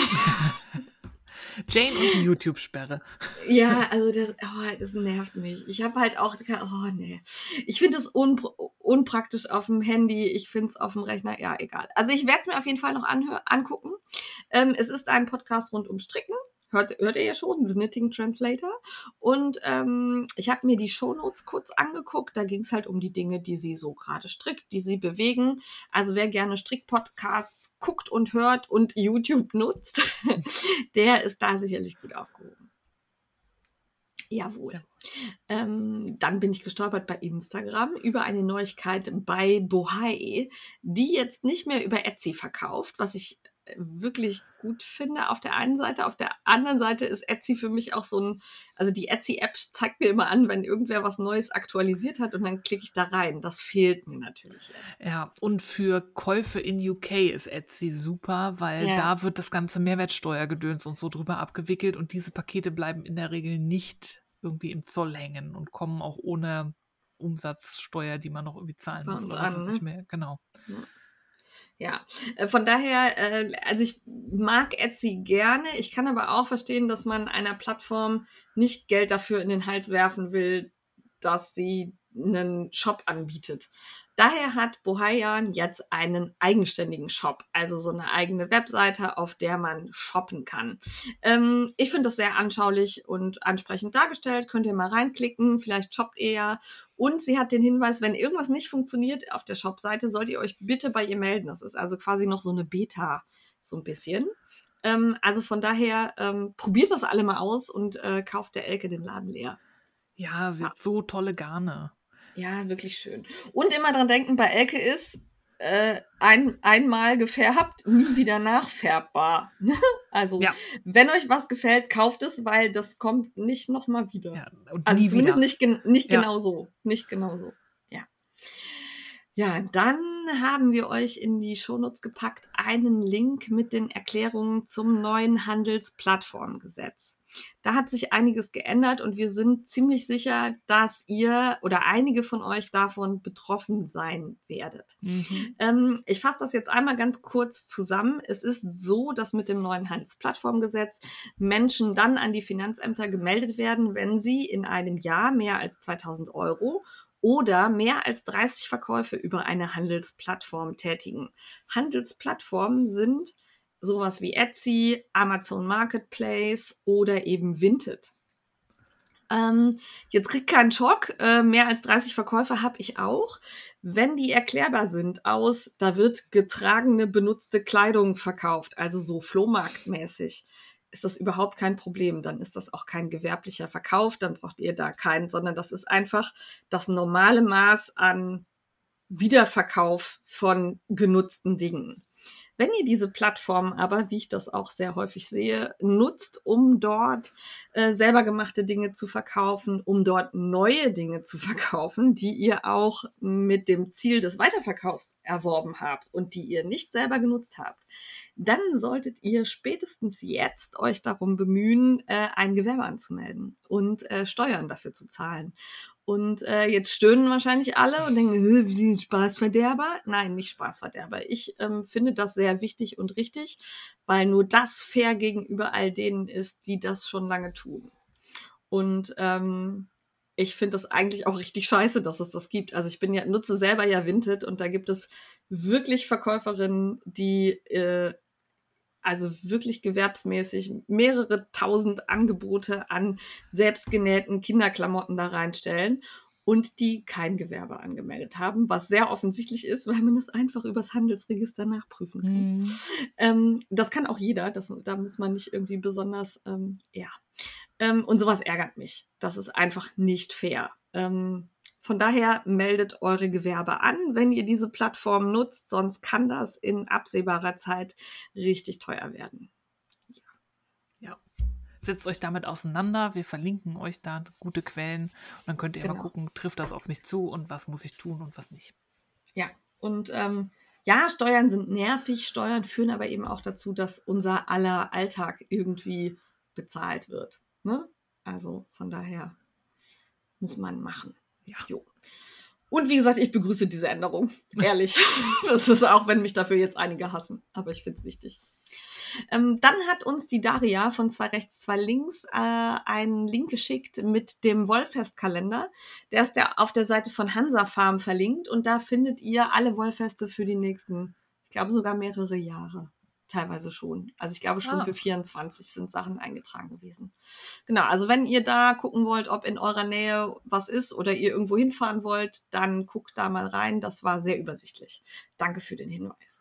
Jane und die YouTube-Sperre. Ja, also das nervt mich. Ich habe halt auch, nee. Ich finde es unpraktisch auf dem Handy. Ich finde es auf dem Rechner, ja, egal. Also ich werde es mir auf jeden Fall noch angucken. Es ist ein Podcast rund um Stricken. Hört ihr ja schon, The Knitting Translator. Und ich habe mir die Shownotes kurz angeguckt. Da ging es halt um die Dinge, die sie so gerade strickt, die sie bewegen. Also wer gerne Strickpodcasts guckt und hört und YouTube nutzt, der ist da sicherlich gut aufgehoben. Jawohl. Ja. Dann bin ich gestolpert bei Instagram über eine Neuigkeit bei Bohai, die jetzt nicht mehr über Etsy verkauft, was ich wirklich gut finde auf der einen Seite. Auf der anderen Seite ist Etsy für mich auch also die Etsy-App zeigt mir immer an, wenn irgendwer was Neues aktualisiert hat und dann klicke ich da rein. Das fehlt mir natürlich jetzt. Ja, und für Käufe in UK ist Etsy super, weil da wird das ganze Mehrwertsteuergedöns und so drüber abgewickelt und diese Pakete bleiben in der Regel nicht irgendwie im Zoll hängen und kommen auch ohne Umsatzsteuer, die man noch irgendwie zahlen muss oder was weiß ich mehr. Genau. Ja, von daher, also ich mag Etsy gerne. Ich kann aber auch verstehen, dass man einer Plattform nicht Geld dafür in den Hals werfen will, dass sie einen Shop anbietet. Daher hat Bohaian jetzt einen eigenständigen Shop, also so eine eigene Webseite, auf der man shoppen kann. Ich finde das sehr anschaulich und ansprechend dargestellt. Könnt ihr mal reinklicken, vielleicht shoppt ihr ja. Und sie hat den Hinweis, wenn irgendwas nicht funktioniert auf der Shopseite, sollt ihr euch bitte bei ihr melden. Das ist also quasi noch so eine Beta, so ein bisschen. Also von daher probiert das alle mal aus und kauft der Elke den Laden leer. Ja, sie hat so tolle Garne. Ja, wirklich schön. Und immer dran denken, bei Elke ist einmal gefärbt, nie wieder nachfärbbar. Also, Ja. wenn euch was gefällt, kauft es, weil das kommt nicht nochmal wieder. Ja, und Also nie zumindest wieder. nicht Ja. genau so. Nicht genau so. Ja. Ja, dann haben wir euch in die Shownotes gepackt einen Link mit den Erklärungen zum neuen Handelsplattformgesetz. Da hat sich einiges geändert und wir sind ziemlich sicher, dass ihr oder einige von euch davon betroffen sein werdet. Ich fasse das jetzt einmal ganz kurz zusammen. Es ist so, dass mit dem neuen Handelsplattformgesetz Menschen dann an die Finanzämter gemeldet werden, wenn sie in einem Jahr mehr als 2.000 Euro oder mehr als 30 Verkäufe über eine Handelsplattform tätigen. Handelsplattformen sind sowas wie Etsy, Amazon Marketplace oder eben Vinted. Jetzt kriegt keinen Schock, mehr als 30 Verkäufe habe ich auch. Wenn die erklärbar sind da wird getragene, benutzte Kleidung verkauft, also so flohmarktmäßig, ist das überhaupt kein Problem. Dann ist das auch kein gewerblicher Verkauf, dann braucht ihr da keinen, sondern das ist einfach das normale Maß an Wiederverkauf von genutzten Dingen. Wenn ihr diese Plattform aber, wie ich das auch sehr häufig sehe, nutzt, um dort selber gemachte Dinge zu verkaufen, um dort neue Dinge zu verkaufen, die ihr auch mit dem Ziel des Weiterverkaufs erworben habt und die ihr nicht selber genutzt habt, dann solltet ihr spätestens jetzt euch darum bemühen, ein Gewerbe anzumelden und Steuern dafür zu zahlen. Und jetzt stöhnen wahrscheinlich alle und denken, wie ein Spaßverderber? Nein, nicht Spaßverderber. Ich finde das sehr wichtig und richtig, weil nur das fair gegenüber all denen ist, die das schon lange tun. Und ich finde das eigentlich auch richtig scheiße, dass es das gibt. Also ich nutze selber ja Vinted und da gibt es wirklich Verkäuferinnen, die also wirklich gewerbsmäßig mehrere tausend Angebote an selbstgenähten Kinderklamotten da reinstellen und die kein Gewerbe angemeldet haben, was sehr offensichtlich ist, weil man es einfach übers Handelsregister nachprüfen kann. Das kann auch jeder, da muss man nicht irgendwie besonders, und sowas ärgert mich. Das ist einfach nicht fair. Von daher meldet eure Gewerbe an, wenn ihr diese Plattform nutzt, sonst kann das in absehbarer Zeit richtig teuer werden. Ja. Setzt euch damit auseinander. Wir verlinken euch da gute Quellen und dann könnt ihr mal gucken, trifft das auf mich zu und was muss ich tun und was nicht. Ja, und Steuern sind nervig, Steuern führen aber eben auch dazu, dass unser aller Alltag irgendwie bezahlt wird. Ne? Also von daher muss man machen. Ja. Jo. Und wie gesagt, ich begrüße diese Änderung. Ehrlich. Das ist auch, wenn mich dafür jetzt einige hassen. Aber ich finde es wichtig. Dann hat uns die Daria von 2 rechts, 2 links einen Link geschickt mit dem Wollfestkalender. Der ist auf der Seite von Hansa Farm verlinkt. Und da findet ihr alle Wollfeste für die nächsten, ich glaube sogar mehrere Jahre. Teilweise schon. Also ich glaube schon für 24 sind Sachen eingetragen gewesen. Genau, also wenn ihr da gucken wollt, ob in eurer Nähe was ist oder ihr irgendwo hinfahren wollt, dann guckt da mal rein. Das war sehr übersichtlich. Danke für den Hinweis.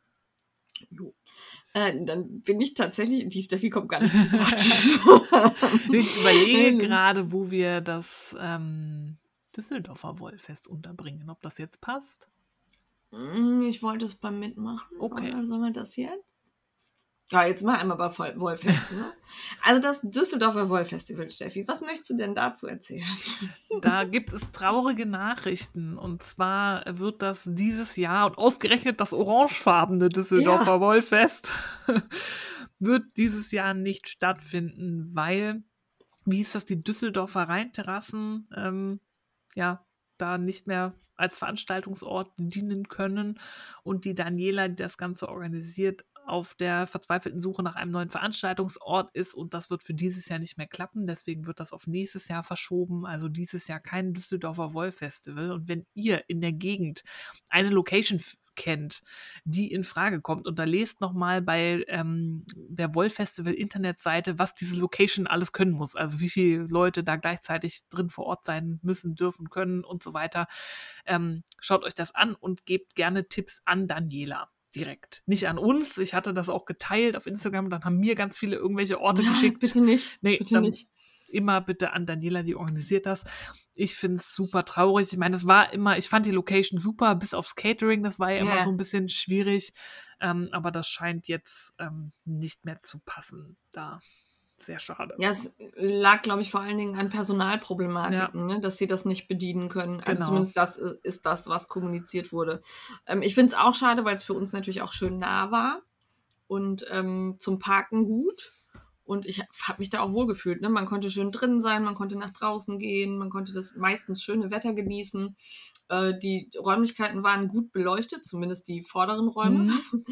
Jo. Dann bin ich tatsächlich, die Steffi kommt gar nicht zu Wort. Ich überlege gerade, wo wir das Düsseldorfer Wollfest unterbringen, ob das jetzt passt. Ich wollte es beim Mitmachen. Okay. Oder sollen wir das jetzt? Ja, jetzt mal einmal bei Wollfest. Ne? Also das Düsseldorfer Wollfestival, Steffi, was möchtest du denn dazu erzählen? Da gibt es traurige Nachrichten. Und zwar wird das dieses Jahr, und ausgerechnet das orangefarbene Düsseldorfer Wollfest, wird dieses Jahr nicht stattfinden, weil, wie ist das, die Düsseldorfer Rheinterrassen, da nicht mehr als Veranstaltungsort dienen können und die Daniela, die das Ganze organisiert, auf der verzweifelten Suche nach einem neuen Veranstaltungsort ist und das wird für dieses Jahr nicht mehr klappen. Deswegen wird das auf nächstes Jahr verschoben. Also dieses Jahr kein Düsseldorfer Woll-Festival. Und wenn ihr in der Gegend eine Location kennt, die in Frage kommt, und da lest nochmal bei der Woll-Festival-Internetseite, was diese Location alles können muss. Also wie viele Leute da gleichzeitig drin vor Ort sein müssen, dürfen, können und so weiter. Schaut euch das an und gebt gerne Tipps an Daniela. Direkt. Nicht an uns. Ich hatte das auch geteilt auf Instagram. Dann haben mir ganz viele irgendwelche Orte geschickt. Bitte nicht. Nee, bitte nicht. Immer bitte an Daniela, die organisiert das. Ich finde es super traurig. Ich meine, ich fand die Location super, bis aufs Catering. Das war ja immer so ein bisschen schwierig. Aber das scheint jetzt nicht mehr zu passen da. Sehr schade. Ja, es lag, glaube ich, vor allen Dingen an Personalproblematiken, ne, dass sie das nicht bedienen können. Also zumindest das ist das, was kommuniziert wurde. Ich finde es auch schade, weil es für uns natürlich auch schön nah war und zum Parken gut. Und ich habe mich da auch wohlgefühlt. Ne? Man konnte schön drin sein, man konnte nach draußen gehen, man konnte das meistens schöne Wetter genießen. Die Räumlichkeiten waren gut beleuchtet, zumindest die vorderen Räume,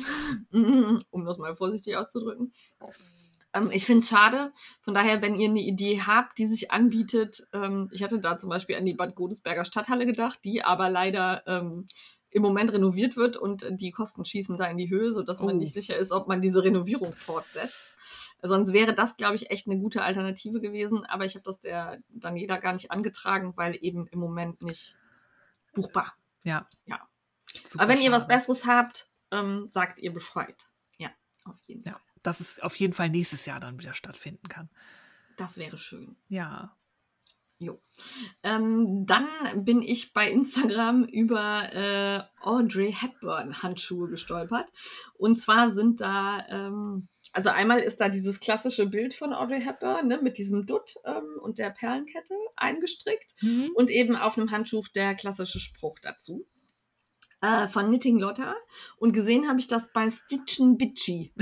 um das mal vorsichtig auszudrücken. Ich finde es schade. Von daher, wenn ihr eine Idee habt, die sich anbietet, ich hatte da zum Beispiel an die Bad Godesberger Stadthalle gedacht, die aber leider im Moment renoviert wird und die Kosten schießen da in die Höhe, sodass man nicht sicher ist, ob man diese Renovierung fortsetzt. Sonst wäre das, glaube ich, echt eine gute Alternative gewesen. Aber ich habe das der Daniela gar nicht angetragen, weil eben im Moment nicht buchbar. Ja. Aber wenn ihr was Besseres habt, sagt ihr Bescheid. Ja, auf jeden Fall. Ja, dass es auf jeden Fall nächstes Jahr dann wieder stattfinden kann. Das wäre schön. Ja. Jo. Dann bin ich bei Instagram über Audrey Hepburn Handschuhe gestolpert. Und zwar sind da, also einmal ist da dieses klassische Bild von Audrey Hepburn, ne, mit diesem Dutt und der Perlenkette eingestrickt und eben auf einem Handschuh der klassische Spruch dazu. Von Knitting Lotta. Und gesehen habe ich das bei Stitchen Bitchy.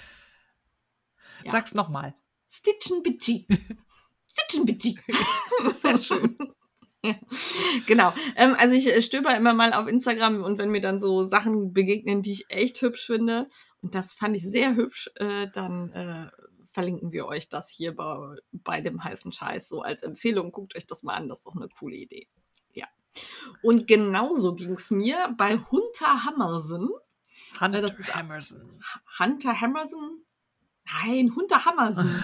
Ja. Sag's nochmal. Stitchen Bitchy. Stitchen Bitchy. Sehr schön. Ja. Genau. Also ich stöber immer mal auf Instagram und wenn mir dann so Sachen begegnen, die ich echt hübsch finde, und das fand ich sehr hübsch, dann verlinken wir euch das hier bei dem heißen Scheiß so als Empfehlung. Guckt euch das mal an, das ist doch eine coole Idee. Ja. Und genauso ging es mir bei Hunter Hammersen. Hunter Hammersen. Hunter Hammersen? Nein, Hunter Hammersen.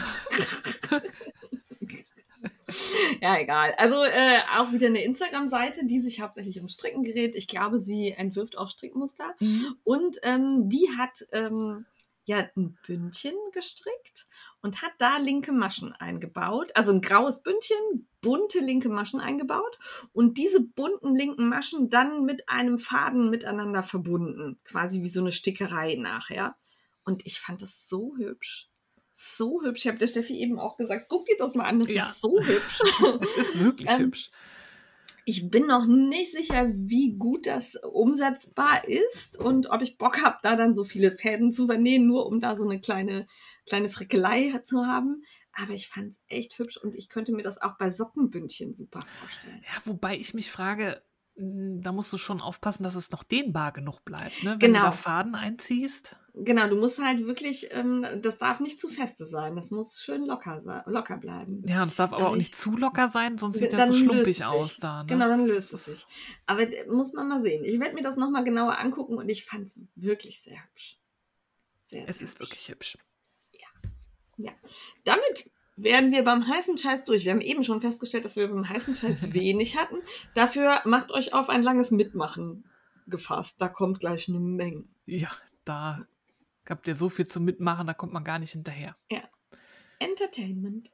Ja, egal. Also auch wieder eine Instagram-Seite, die sich hauptsächlich um Stricken gerät. Ich glaube, sie entwirft auch Strickmuster. Und die hat ein Bündchen gestrickt und hat da linke Maschen eingebaut. Also ein graues Bündchen, bunte linke Maschen eingebaut und diese bunten linken Maschen dann mit einem Faden miteinander verbunden. Quasi wie so eine Stickerei nachher. Und ich fand das so hübsch. So hübsch. Ich habe der Steffi eben auch gesagt, guck dir das mal an, das ist so hübsch. Es ist wirklich hübsch. Ich bin noch nicht sicher, wie gut das umsetzbar ist und ob ich Bock habe, da dann so viele Fäden zu vernähen, nur um da so eine kleine Frickelei zu haben. Aber ich fand es echt hübsch und ich könnte mir das auch bei Sockenbündchen super vorstellen. Ja, wobei ich mich frage, da musst du schon aufpassen, dass es noch dehnbar genug bleibt, ne? Wenn du da Faden einziehst. Genau, du musst halt wirklich, das darf nicht zu feste sein, das muss schön locker bleiben. Ja, und es darf aber auch nicht zu locker sein, sonst sieht das so schlumpig aus da. Ne? Genau, dann löst es sich. Aber muss man mal sehen. Ich werde mir das nochmal genauer angucken und ich fand es wirklich sehr hübsch. Es ist wirklich hübsch. Ja. Damit wären wir beim heißen Scheiß durch. Wir haben eben schon festgestellt, dass wir beim heißen Scheiß wenig hatten. Dafür macht euch auf ein langes Mitmachen gefasst. Da kommt gleich eine Menge. Ja, da habt ihr so viel zu mitmachen, da kommt man gar nicht hinterher. Ja. Entertainment.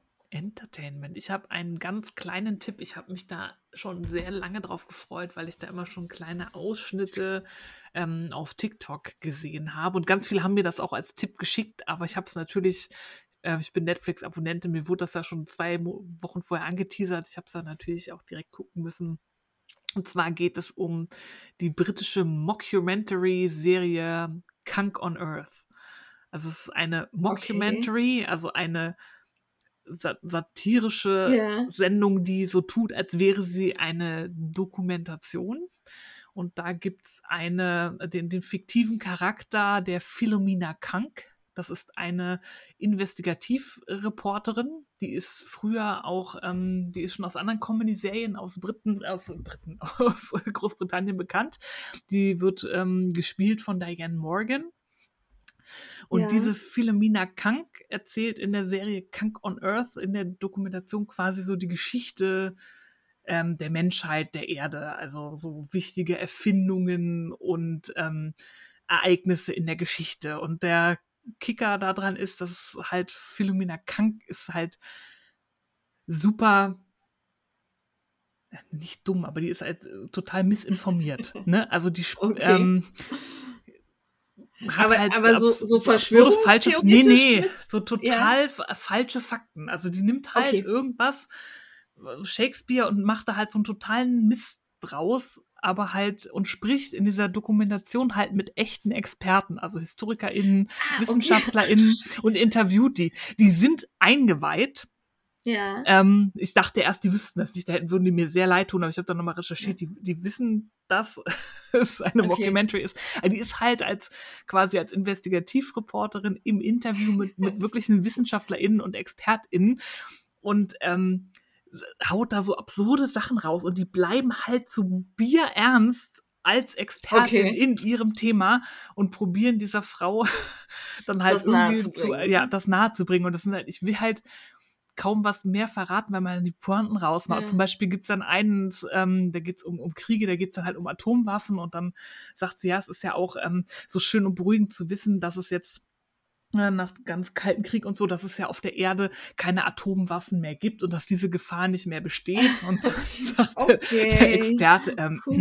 Ich habe einen ganz kleinen Tipp. Ich habe mich da schon sehr lange drauf gefreut, weil ich da immer schon kleine Ausschnitte auf TikTok gesehen habe. Und ganz viele haben mir das auch als Tipp geschickt, aber ich habe es natürlich, ich bin Netflix-Abonnentin, mir wurde das ja schon 2 Wochen vorher angeteasert. Ich habe es dann natürlich auch direkt gucken müssen. Und zwar geht es um die britische Mockumentary-Serie Kunk on Earth. Also es ist eine Mockumentary, also eine satirische Sendung, die so tut, als wäre sie eine Dokumentation. Und da gibt es den fiktiven Charakter der Philomena Kank. Das ist eine Investigativreporterin, die ist früher auch, die ist schon aus anderen Comedy-Serien aus Großbritannien bekannt. Die wird gespielt von Diane Morgan. Und Ja. diese Philomena Kank erzählt in der Serie Kank on Earth, in der Dokumentation quasi so die Geschichte der Menschheit, der Erde, also so wichtige Erfindungen und Ereignisse in der Geschichte. Und der Kicker daran ist, dass halt Philomena Kank ist halt super, nicht dumm, aber die ist halt total missinformiert. Ne? Also die Okay. hat aber so absurde verschwörungstheoretisch so total falsche Fakten. Also die nimmt halt Okay. irgendwas, Shakespeare, und macht da halt so einen totalen Mist draus, aber halt und spricht in dieser Dokumentation halt mit echten Experten, also HistorikerInnen, okay. WissenschaftlerInnen und interviewt die. Die sind eingeweiht. Ja. Ich dachte erst, die wüssten das nicht, würden die mir sehr leid tun, aber ich habe dann nochmal recherchiert, die wissen, dass es eine Okay. Mockumentary ist. Also die ist halt quasi als Investigativreporterin im Interview mit wirklichen WissenschaftlerInnen und ExpertInnen und haut da so absurde Sachen raus und die bleiben halt so bierernst als Expertin Okay. in ihrem Thema und probieren dieser Frau dann halt Das irgendwie das nahezubringen. Und das sind halt, ich will halt kaum was mehr verraten, weil man dann die Pointen rausmacht. Ja. Zum Beispiel gibt es dann da geht es um Kriege, da geht es dann halt um Atomwaffen und dann sagt sie, ja, es ist ja auch so schön und beruhigend zu wissen, dass es jetzt nach ganz Kalten Krieg und so, dass es ja auf der Erde keine Atomwaffen mehr gibt und dass diese Gefahr nicht mehr besteht. Und dann sagt der Experte,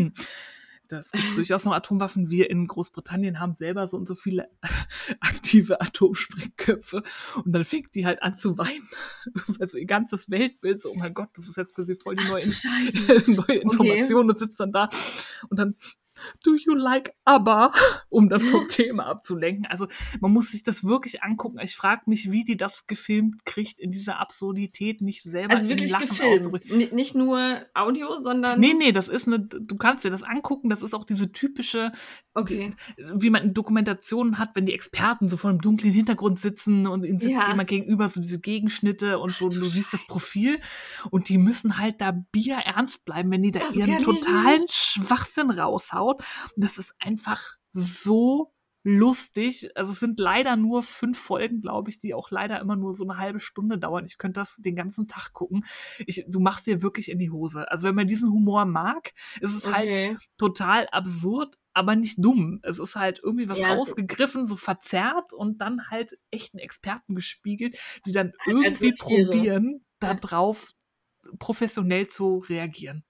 es gibt durchaus noch Atomwaffen. Wir in Großbritannien haben selber so und so viele aktive Atomsprengköpfe. Und dann fängt die halt an zu weinen. Also ihr ganzes Weltbild so, oh mein Gott, das ist jetzt für sie voll die neue Information und sitzt dann da und dann do you like ABBA? Um dann vom Thema abzulenken. Also man muss sich das wirklich angucken. Ich frage mich, wie die das gefilmt kriegt, in dieser Absurdität nicht selber Also wirklich Lachen gefilmt, nicht nur Audio, sondern... Nee, das ist du kannst dir das angucken, das ist auch diese typische, wie man in Dokumentationen hat, wenn die Experten so vor einem dunklen Hintergrund sitzen und ihnen sitzt jemand gegenüber, so diese Gegenschnitte und so, du siehst das Profil und die müssen halt da bierernst bleiben, wenn die da ihren totalen Schwachsinn raushaut. Das ist einfach so lustig. Also es sind leider nur 5 Folgen, glaube ich, die auch leider immer nur so eine halbe Stunde dauern. Ich könnte das den ganzen Tag gucken. Du machst dir wirklich in die Hose. Also wenn man diesen Humor mag, ist es halt total absurd, aber nicht dumm. Es ist halt irgendwie was rausgegriffen, so verzerrt und dann halt echten Experten gespiegelt, die dann irgendwie probieren, darauf professionell zu reagieren.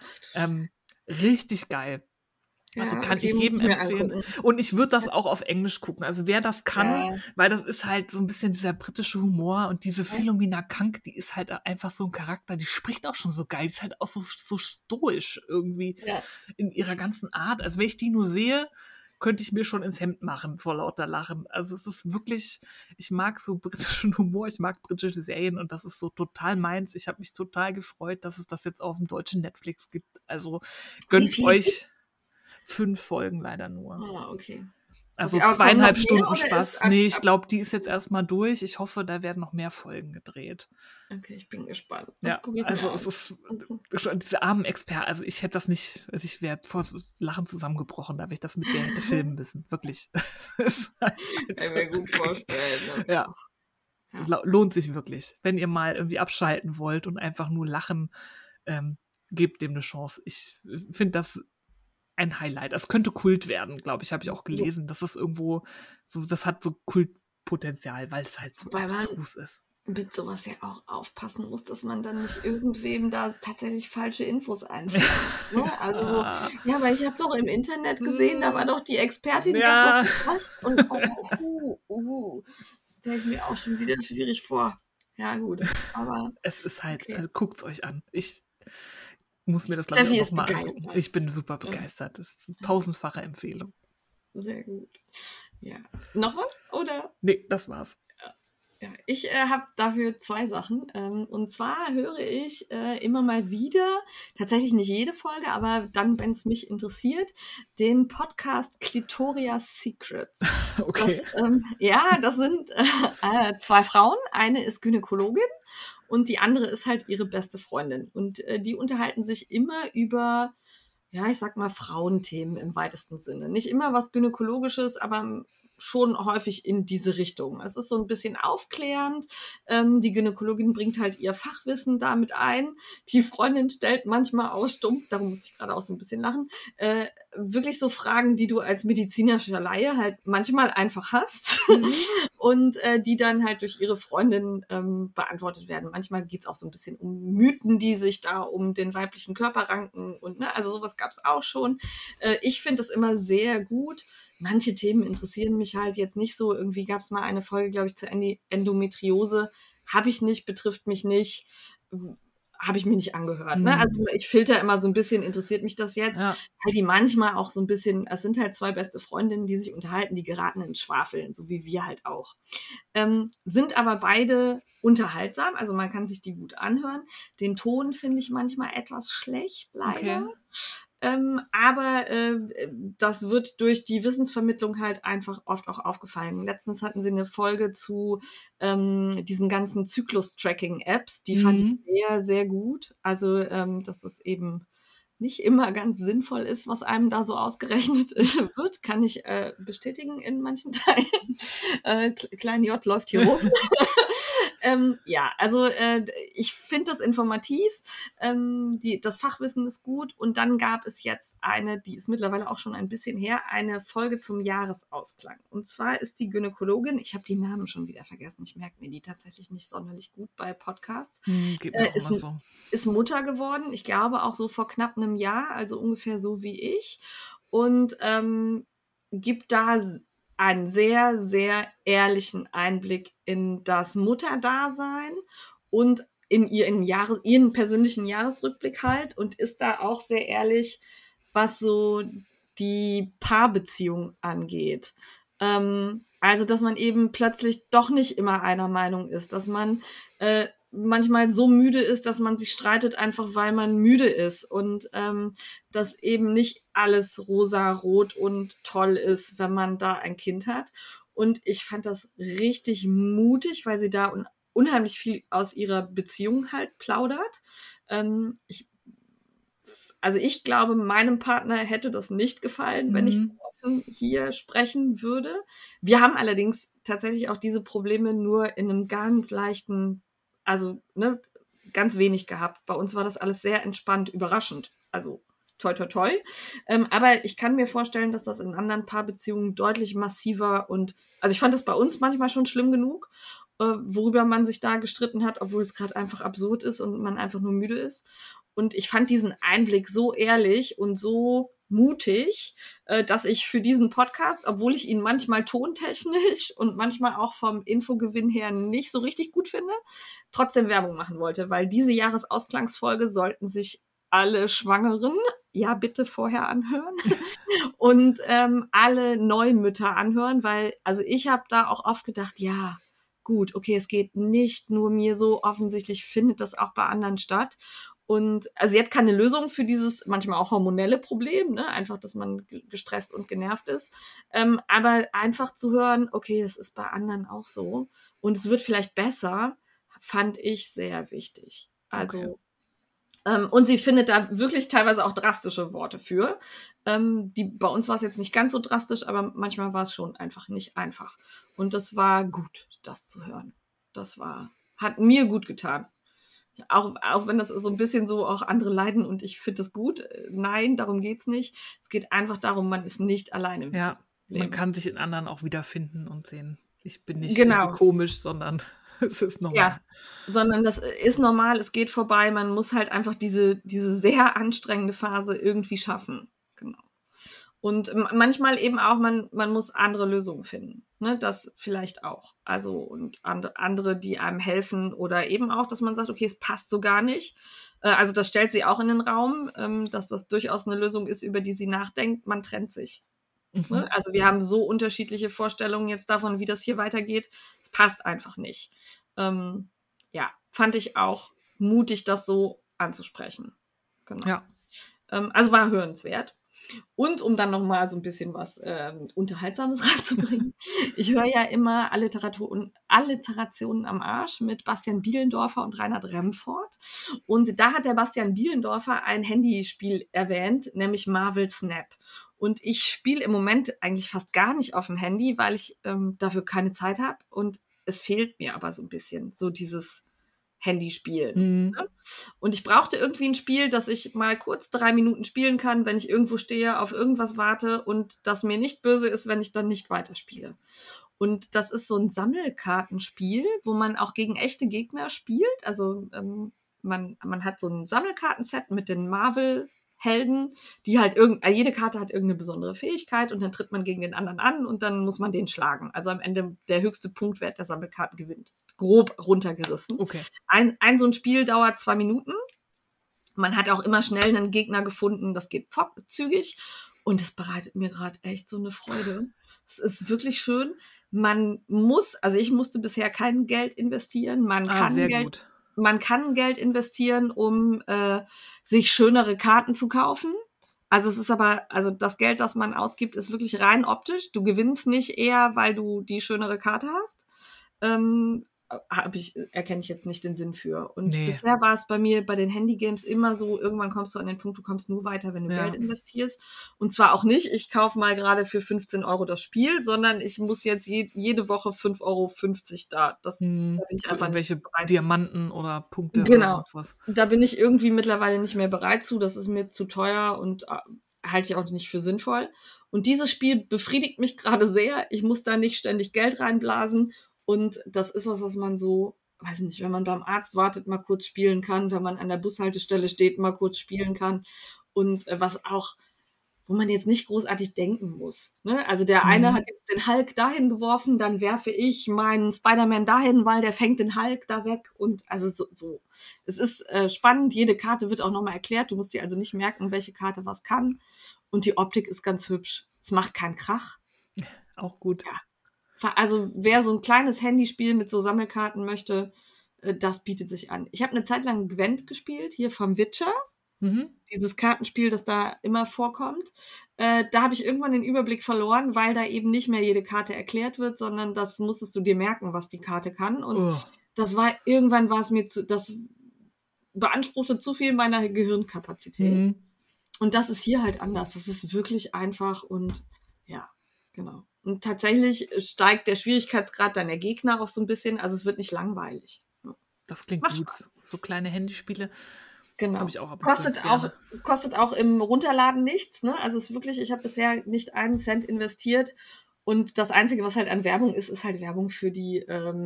Richtig geil. Also kann ich jedem empfehlen. Angucken. Und ich würde das auch auf Englisch gucken. Also wer das kann, weil das ist halt so ein bisschen dieser britische Humor und diese Philomena Kank, die ist halt einfach so ein Charakter, die spricht auch schon so geil. Die ist halt auch so stoisch irgendwie in ihrer ganzen Art. Also wenn ich die nur sehe, könnte ich mir schon ins Hemd machen vor lauter Lachen. Also es ist wirklich, ich mag so britischen Humor, ich mag britische Serien und das ist so total meins. Ich habe mich total gefreut, dass es das jetzt auf dem deutschen Netflix gibt. Also gönnt euch 5 Folgen leider nur. Ah, okay. Also 2,5 Stunden Spaß. Nee, ich glaube, die ist jetzt erstmal durch. Ich hoffe, da werden noch mehr Folgen gedreht. Okay, ich bin gespannt. Also es ist schon diese armen Experten. Also ich hätte das nicht, also ich wäre vor Lachen zusammengebrochen, da ich das mit der hätte filmen müssen. Wirklich. Kann mir gut vorstellen. Lohnt sich wirklich. Wenn ihr mal irgendwie abschalten wollt und einfach nur lachen, gebt dem eine Chance. Ich finde das ein Highlight. Es könnte Kult werden, glaube ich, habe ich auch gelesen. Das ist irgendwo, so, das hat so Kultpotenzial, weil es halt so abstrus ist. Mit sowas ja auch aufpassen muss, dass man dann nicht irgendwem da tatsächlich falsche Infos einfällt. Ne? Also so, weil ich habe doch im Internet gesehen, da war doch die Expertin, die hat doch gesagt, und das stelle ich mir auch schon wieder schwierig vor. Ja, gut, aber... Es ist halt, also guckt es euch an. Ich muss mir das, glaube ich, auch nochmal angucken. Ich bin super begeistert. Das ist eine 1000-fache Empfehlung. Sehr gut. Ja. Noch was, oder? Nee, das war's. Ja, ich habe dafür 2 Sachen. Und zwar höre ich immer mal wieder, tatsächlich nicht jede Folge, aber dann, wenn es mich interessiert, den Podcast Clitoria Secrets. Okay. Das sind 2 Frauen. Eine ist Gynäkologin und die andere ist halt ihre beste Freundin. Und die unterhalten sich immer über, ja, ich sag mal, Frauenthemen im weitesten Sinne. Nicht immer was Gynäkologisches, aber schon häufig in diese Richtung. Es ist so ein bisschen aufklärend. Die Gynäkologin bringt halt ihr Fachwissen damit ein. Die Freundin stellt manchmal auch stumpf, darum muss ich gerade auch so ein bisschen lachen, wirklich so Fragen, die du als medizinischer Laie halt manchmal einfach hast und die dann halt durch ihre Freundin beantwortet werden. Manchmal geht es auch so ein bisschen um Mythen, die sich da um den weiblichen Körper ranken und ne, also sowas gab es auch schon. Ich finde das immer sehr gut. Manche Themen interessieren mich halt jetzt nicht so. Irgendwie gab es mal eine Folge, glaube ich, zur Endometriose. Habe ich nicht, betrifft mich nicht, habe ich mir nicht angehört. Ne? Also ich filter immer so ein bisschen, interessiert mich das jetzt? Ja. Weil die manchmal auch so ein bisschen, es sind halt 2 beste Freundinnen, die sich unterhalten, die geraten ins Schwafeln, so wie wir halt auch. Sind aber beide unterhaltsam, also man kann sich die gut anhören. Den Ton finde ich manchmal etwas schlecht, leider. Okay. Aber das wird durch die Wissensvermittlung halt einfach oft auch aufgefallen. Letztens hatten sie eine Folge zu diesen ganzen Zyklus-Tracking-Apps. Die fand ich sehr, sehr gut. Also, dass das eben nicht immer ganz sinnvoll ist, was einem da so ausgerechnet wird, kann ich bestätigen in manchen Teilen. Klein J läuft hier rum. Ja, also ich finde das informativ, das Fachwissen ist gut und dann gab es jetzt eine, die ist mittlerweile auch schon ein bisschen her, eine Folge zum Jahresausklang. Und zwar ist die Gynäkologin, ich habe die Namen schon wieder vergessen, ich merke mir die tatsächlich nicht sonderlich gut bei Podcasts, Geht mir auch immer so. ist Mutter geworden, ich glaube auch so vor knapp einem Jahr, also ungefähr so wie ich und gibt da einen sehr, sehr ehrlichen Einblick in das Mutterdasein und in ihren persönlichen Jahresrückblick halt und ist da auch sehr ehrlich, was so die Paarbeziehung angeht. Also, dass man eben plötzlich doch nicht immer einer Meinung ist, dass man manchmal so müde ist, dass man sich streitet, einfach weil man müde ist und dass eben nicht alles rosa-rot und toll ist, wenn man da ein Kind hat. Und ich fand das richtig mutig, weil sie da unheimlich viel aus ihrer Beziehung halt plaudert. Ich glaube, meinem Partner hätte das nicht gefallen, wenn ich so offen hier sprechen würde. Wir haben allerdings tatsächlich auch diese Probleme nur in einem ganz leichten, also ne, ganz wenig gehabt. Bei uns war das alles sehr entspannt, überraschend. Also toi, toi, toi. Aber ich kann mir vorstellen, dass das in anderen Paarbeziehungen deutlich massiver und, also ich fand das bei uns manchmal schon schlimm genug, worüber man sich da gestritten hat, obwohl es gerade einfach absurd ist und man einfach nur müde ist. Und ich fand diesen Einblick so ehrlich und so mutig, dass ich für diesen Podcast, obwohl ich ihn manchmal tontechnisch und manchmal auch vom Infogewinn her nicht so richtig gut finde, trotzdem Werbung machen wollte, weil diese Jahresausklangsfolge sollten sich alle Schwangeren, ja bitte vorher anhören und alle Neumütter anhören, weil, also ich habe da auch oft gedacht, ja, gut, okay, es geht nicht nur mir so, offensichtlich findet das auch bei anderen statt. Und also sie hat keine Lösung für dieses manchmal auch hormonelle Problem, ne? Einfach, dass man gestresst und genervt ist. Aber einfach zu hören, okay, es ist bei anderen auch so und es wird vielleicht besser, fand ich sehr wichtig. Also, und sie findet da wirklich teilweise auch drastische Worte für. Bei uns war es jetzt nicht ganz so drastisch, aber manchmal war es schon einfach nicht einfach. Und das war gut, das zu hören. Hat mir gut getan. Auch wenn das so ein bisschen so auch andere leiden und ich finde das gut. Nein, darum geht's nicht. Es geht einfach darum, man ist nicht alleine mit Ja, diesem Problem. man kann sich in anderen auch wiederfinden und sehen, ich bin nicht Genau. irgendwie komisch, sondern es ist normal. Ja, sondern das ist normal, es geht vorbei. Man muss halt einfach diese sehr anstrengende Phase irgendwie schaffen. Genau. Und manchmal eben auch, man muss andere Lösungen finden. Ne? Das vielleicht auch. Also und andere, die einem helfen oder eben auch, dass man sagt, okay, es passt so gar nicht. Also das stellt sie auch in den Raum, dass das durchaus eine Lösung ist, über die sie nachdenkt. Man trennt sich. Ne? Also wir haben so unterschiedliche Vorstellungen jetzt davon, wie das hier weitergeht. Es passt einfach nicht. Ja, fand ich auch mutig, das so anzusprechen. Genau. Ja. Also war hörenswert. Und um dann nochmal so ein bisschen was Unterhaltsames reinzubringen. Ich höre ja immer Alliterationen am Arsch mit Bastian Bielendorfer und Reinhard Remford. Und da hat der Bastian Bielendorfer ein Handyspiel erwähnt, nämlich Marvel Snap. Und ich spiele im Moment eigentlich fast gar nicht auf dem Handy, weil ich dafür keine Zeit habe. Und es fehlt mir aber so ein bisschen, so dieses Handyspielen. Mhm. Ne? Und ich brauchte irgendwie ein Spiel, das ich mal kurz 3 Minuten spielen kann, wenn ich irgendwo stehe, auf irgendwas warte und das mir nicht böse ist, wenn ich dann nicht weiterspiele. Und das ist so ein Sammelkartenspiel, wo man auch gegen echte Gegner spielt. Also man hat so ein Sammelkartenset mit den Marvel-Helden, die halt jede Karte hat irgendeine besondere Fähigkeit und dann tritt man gegen den anderen an und dann muss man den schlagen. Also am Ende der höchste Punktwert der Sammelkarten gewinnt. Grob runtergerissen. Okay. Ein so ein Spiel dauert 2 Minuten. Man hat auch immer schnell einen Gegner gefunden. Das geht zügig. Und es bereitet mir gerade echt so eine Freude. Es ist wirklich schön. Ich musste bisher kein Geld investieren. Man kann Geld investieren, um sich schönere Karten zu kaufen. Also es ist also das Geld, das man ausgibt, ist wirklich rein optisch. Du gewinnst nicht eher, weil du die schönere Karte hast. Erkenne ich jetzt nicht den Sinn für. Und bisher war es bei mir bei den Handygames immer so, irgendwann kommst du an den Punkt, du kommst nur weiter, wenn du Geld investierst. Und zwar auch nicht, ich kaufe mal gerade für 15 € das Spiel, sondern ich muss jetzt jede Woche 5,50 € da. Da bin ich für einfach irgendwelche nicht bereit. Diamanten oder Punkte Genau. oder sonst was. Da bin ich irgendwie mittlerweile nicht mehr bereit zu. Das ist mir zu teuer und halte ich auch nicht für sinnvoll. Und dieses Spiel befriedigt mich gerade sehr. Ich muss da nicht ständig Geld reinblasen. Und das ist was man so, weiß nicht, wenn man beim Arzt wartet, mal kurz spielen kann, wenn man an der Bushaltestelle steht, mal kurz spielen kann. Und wo man jetzt nicht großartig denken muss. Ne? Also der eine hat jetzt den Hulk dahin geworfen, dann werfe ich meinen Spider-Man dahin, weil der fängt den Hulk da weg. Und also so. Es ist spannend, jede Karte wird auch nochmal erklärt. Du musst dir also nicht merken, welche Karte was kann. Und die Optik ist ganz hübsch. Es macht keinen Krach. Auch gut. Ja. Also wer so ein kleines Handyspiel mit so Sammelkarten möchte, das bietet sich an. Ich habe eine Zeit lang Gwent gespielt, hier vom Witcher. Dieses Kartenspiel, das da immer vorkommt. Da habe ich irgendwann den Überblick verloren, weil da eben nicht mehr jede Karte erklärt wird, sondern das musstest du dir merken, was die Karte kann. Und irgendwann war es mir das beanspruchte zu viel meiner Gehirnkapazität. Und das ist hier halt anders. Das ist wirklich einfach und ja, genau. Und tatsächlich steigt der Schwierigkeitsgrad deiner Gegner auch so ein bisschen. Also es wird nicht langweilig. Das klingt Macht gut. Spaß. So kleine Handyspiele. Genau. Habe ich auch ab und Kostet auch im Runterladen nichts. Ne? Also es ist wirklich, ich habe bisher nicht einen Cent investiert. Und das Einzige, was halt an Werbung ist halt Werbung für die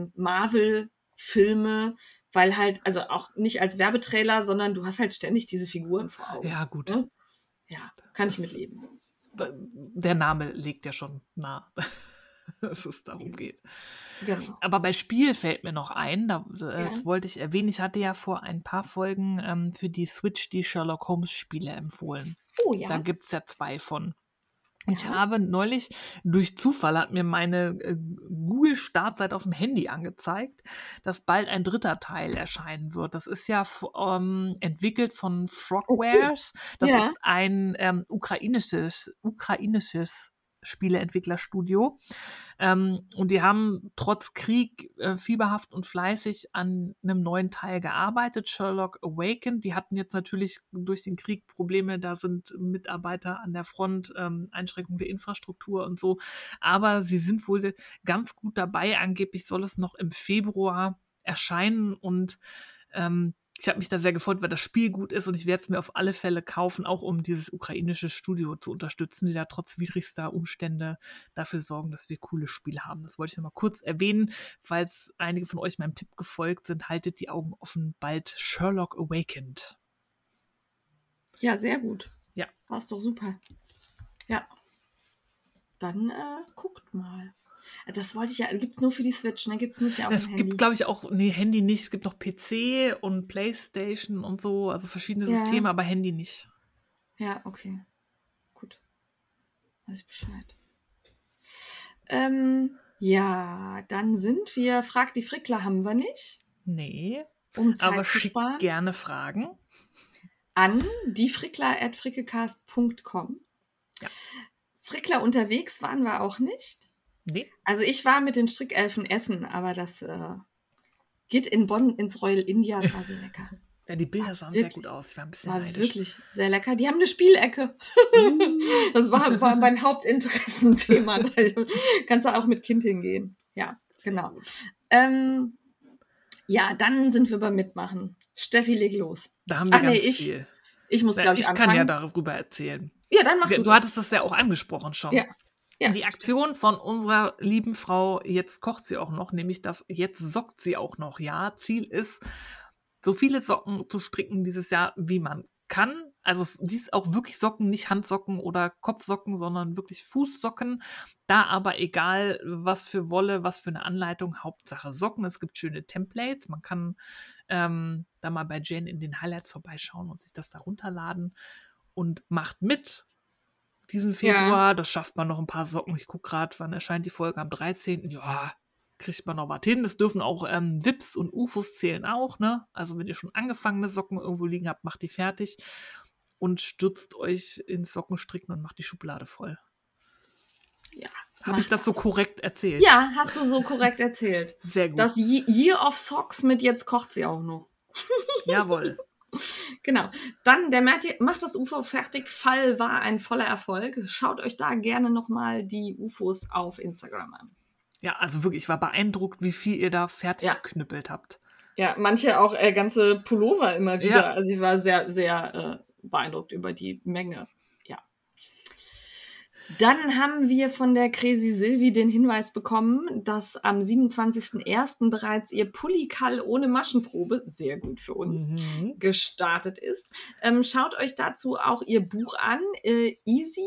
Marvel-Filme. Weil halt, also auch nicht als Werbetrailer, sondern du hast halt ständig diese Figuren vor Augen. Ja, gut. Ne? Ja, kann ich mitleben. Der Name legt ja schon nah, dass es darum geht. Genau. Aber bei Spiel fällt mir noch ein, das wollte ich erwähnen, ich hatte ja vor ein paar Folgen für die Switch die Sherlock Holmes Spiele empfohlen. Oh ja. Da gibt es ja 2 von. Und ich habe neulich, durch Zufall hat mir meine Google-Startseite auf dem Handy angezeigt, dass bald ein 3. Teil erscheinen wird. Das ist ja entwickelt von Frogwares. Das ist ein ukrainisches Spieleentwicklerstudio. Und die haben trotz Krieg fieberhaft und fleißig an einem neuen Teil gearbeitet, Sherlock Awakened. Die hatten jetzt natürlich durch den Krieg Probleme, da sind Mitarbeiter an der Front, Einschränkung der Infrastruktur und so. Aber sie sind wohl ganz gut dabei. Angeblich soll es noch im Februar erscheinen und ich habe mich da sehr gefreut, weil das Spiel gut ist und ich werde es mir auf alle Fälle kaufen, auch um dieses ukrainische Studio zu unterstützen, die da trotz widrigster Umstände dafür sorgen, dass wir coole Spiele haben. Das wollte ich noch mal kurz erwähnen, falls einige von euch meinem Tipp gefolgt sind, haltet die Augen offen, bald Sherlock Awakened. Ja, sehr gut. Ja. War es doch super. Ja. Dann guckt mal. Das wollte ich ja, gibt es nur für die Switch, ne? Gibt es nicht auf dem Handy? Es gibt, glaube ich, auch, Handy nicht. Es gibt noch PC und Playstation und so, also verschiedene Systeme, aber Handy nicht. Ja, okay. Gut. Weiß ich Bescheid. Ja, dann sind wir, frag die Frickler haben wir nicht, Nee, um Zeit aber zu schick sparen, gerne Fragen. an diefrickler@frickelcast.com. Ja. Frickler unterwegs waren wir auch nicht. Nee, Also ich war mit den Strickelfen essen, aber das geht in Bonn ins Royal India, es war sehr lecker. ja, die Bilder sahen sehr gut aus. Ich war ein bisschen War neidisch. wirklich sehr lecker. Die haben eine Spielecke. Das war mein Hauptinteressenthema. Da kannst du auch mit Kind hingehen. Ja, Sehr genau. gut. Ja, dann sind wir beim Mitmachen. Steffi, leg los. Da haben wir Ach nee, ganz viel. ich muss, glaube ich, Ich anfangen. kann ja darüber erzählen. Ja, dann mach du Du das. hattest das ja auch angesprochen schon. Ja. Ja. Die Aktion von unserer lieben Frau, jetzt kocht sie auch noch, nämlich das jetzt sockt sie auch noch. Ja, Ziel ist, so viele Socken zu stricken dieses Jahr, wie man kann. Also dies auch wirklich Socken, nicht Handsocken oder Kopfsocken, sondern wirklich Fußsocken. Da aber egal, was für Wolle, was für eine Anleitung, Hauptsache Socken. Es gibt schöne Templates. Man kann da mal bei Jane in den Highlights vorbeischauen und sich das da runterladen und macht mit. Diesen Februar, das schafft man noch ein paar Socken. Ich gucke gerade, wann erscheint die Folge, am 13. Ja, kriegt man noch was hin. Es dürfen auch Wips und UFOs zählen auch, ne? Also wenn ihr schon angefangene Socken irgendwo liegen habt, macht die fertig und stürzt euch ins Sockenstricken und macht die Schublade voll. Ja. Habe ich das so korrekt erzählt? Ja, hast du so korrekt erzählt. Sehr gut. Das Year of Socks mit jetzt kocht sie auch noch. Jawohl. Genau. Dann der macht das UFO fertig. Fall war ein voller Erfolg. Schaut euch da gerne nochmal die UFOs auf Instagram an. Ja, also wirklich, ich war beeindruckt, wie viel ihr da fertig geknüppelt habt. Ja, manche auch ganze Pullover immer wieder. Ja. Also ich war sehr, sehr beeindruckt über die Menge. Ja. Dann haben wir von der Crazy Sylvie den Hinweis bekommen, dass am 27.01. bereits ihr Pullikall ohne Maschenprobe, sehr gut für uns, gestartet ist. Schaut euch dazu auch ihr Buch an. Easy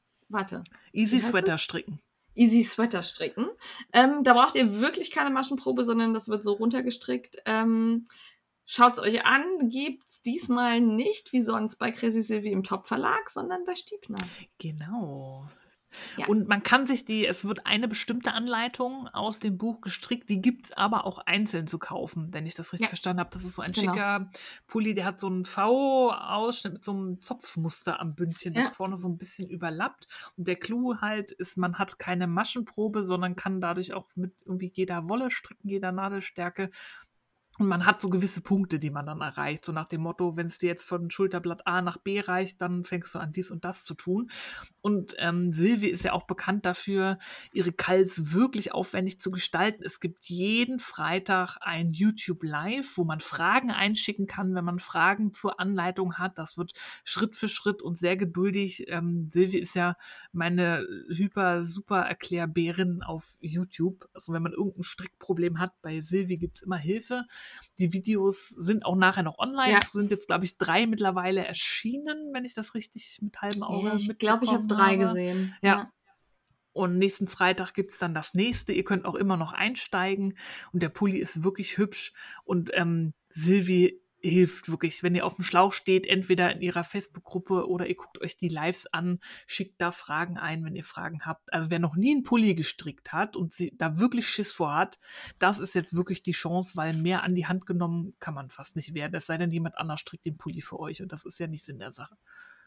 Sweater stricken. Easy Sweater stricken. Da braucht ihr wirklich keine Maschenprobe, sondern das wird so runtergestrickt. Schaut es euch an, gibt's diesmal nicht wie sonst bei Crazy Sylvie im Top-Verlag, sondern bei Stiebner. Genau. Ja. Und man kann sich es wird eine bestimmte Anleitung aus dem Buch gestrickt, die gibt es aber auch einzeln zu kaufen, wenn ich das richtig verstanden habe. Das ist so ein schicker Pulli, der hat so einen V-Ausschnitt mit so einem Zopfmuster am Bündchen, das vorne so ein bisschen überlappt. Und der Clou halt ist, man hat keine Maschenprobe, sondern kann dadurch auch mit irgendwie jeder Wolle stricken, jeder Nadelstärke. Und man hat so gewisse Punkte, die man dann erreicht. So nach dem Motto, wenn es dir jetzt von Schulterblatt A nach B reicht, dann fängst du an, dies und das zu tun. Und Sylvie ist ja auch bekannt dafür, ihre Calls wirklich aufwendig zu gestalten. Es gibt jeden Freitag ein YouTube Live, wo man Fragen einschicken kann, wenn man Fragen zur Anleitung hat. Das wird Schritt für Schritt und sehr geduldig. Sylvie ist ja meine super Erklärbärin auf YouTube. Also wenn man irgendein Strickproblem hat, bei Sylvie gibt es immer Hilfe. Die Videos sind auch nachher noch online. Es sind jetzt, glaube ich, 3 mittlerweile erschienen, wenn ich das richtig mit halbem Auge mitbekommen habe. Ich glaube, ich habe 3 gesehen. Ja. Und nächsten Freitag gibt es dann das nächste. Ihr könnt auch immer noch einsteigen. Und der Pulli ist wirklich hübsch. Und Sylvie hilft wirklich, wenn ihr auf dem Schlauch steht, entweder in ihrer Facebook-Gruppe oder ihr guckt euch die Lives an, schickt da Fragen ein, wenn ihr Fragen habt. Also wer noch nie einen Pulli gestrickt hat und sie da wirklich Schiss vor hat, das ist jetzt wirklich die Chance, weil mehr an die Hand genommen kann man fast nicht werden, es sei denn, jemand anders strickt den Pulli für euch und das ist ja nicht Sinn der Sache.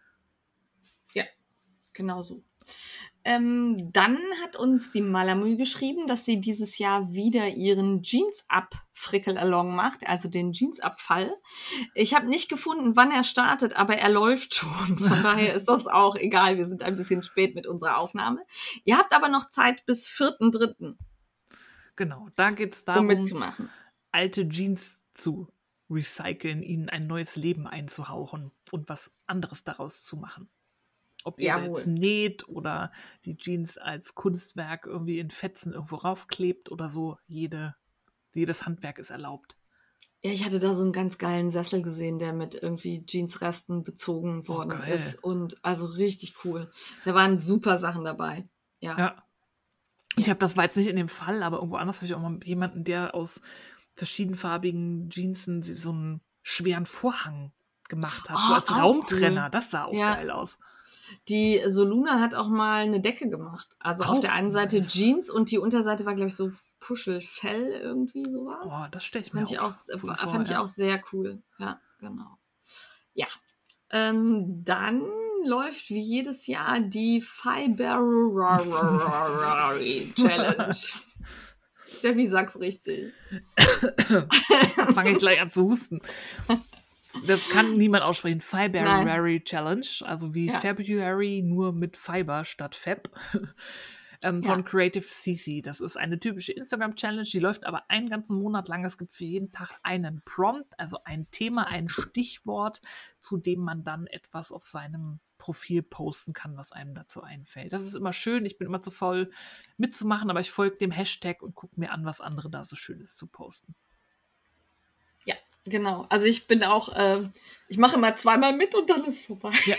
Ja, genau so. Dann hat uns die Malamü geschrieben, dass sie dieses Jahr wieder ihren Jeans-Up-Frickel-Along macht, also den Jeans-Up-Fall. Ich habe nicht gefunden, wann er startet, aber er läuft schon. Von daher ist das auch egal. Wir sind ein bisschen spät mit unserer Aufnahme. Ihr habt aber noch Zeit bis 4.3. Genau, da geht es darum, mitzumachen. Alte Jeans zu recyceln, ihnen ein neues Leben einzuhauchen und was anderes daraus zu machen. Ob ihr jetzt näht oder die Jeans als Kunstwerk irgendwie in Fetzen irgendwo raufklebt oder so, jedes Handwerk ist erlaubt. Ja, ich hatte da so einen ganz geilen Sessel gesehen, der mit irgendwie Jeansresten bezogen worden ist. Und also richtig cool. Da waren super Sachen dabei. Ja. Ich habe das war jetzt nicht in dem Fall, aber irgendwo anders habe ich auch mal jemanden, der aus verschiedenfarbigen Jeansen so einen schweren Vorhang gemacht hat, so als Raumtrenner. Cool. Das sah auch geil aus. Die Soluna hat auch mal eine Decke gemacht. Also auf Auch der einen Seite nice. Jeans und die Unterseite war, glaube ich, so Puschelfell irgendwie sowas. Oh, das stelle ich mir Fand ich auch, cool vor. fand ich Ja. auch sehr cool. Ja, genau. Ja. Dann läuft wie jedes Jahr die February Challenge. Steffi, sag's richtig. Fange ich gleich an zu husten. Das kann niemand aussprechen. February Challenge, also wie Ja. February, nur mit Fiber statt Feb. Von Creative CC. Das ist eine typische Instagram-Challenge, die läuft aber einen ganzen Monat lang. Es gibt für jeden Tag einen Prompt, also ein Thema, ein Stichwort, zu dem man dann etwas auf seinem Profil posten kann, was einem dazu einfällt. Das ist immer schön. Ich bin immer zu faul mitzumachen, aber ich folge dem Hashtag und gucke mir an, was andere da so Schönes zu posten. Ja, genau. Also ich bin auch, ich mache immer zweimal mit und dann ist vorbei. Ja.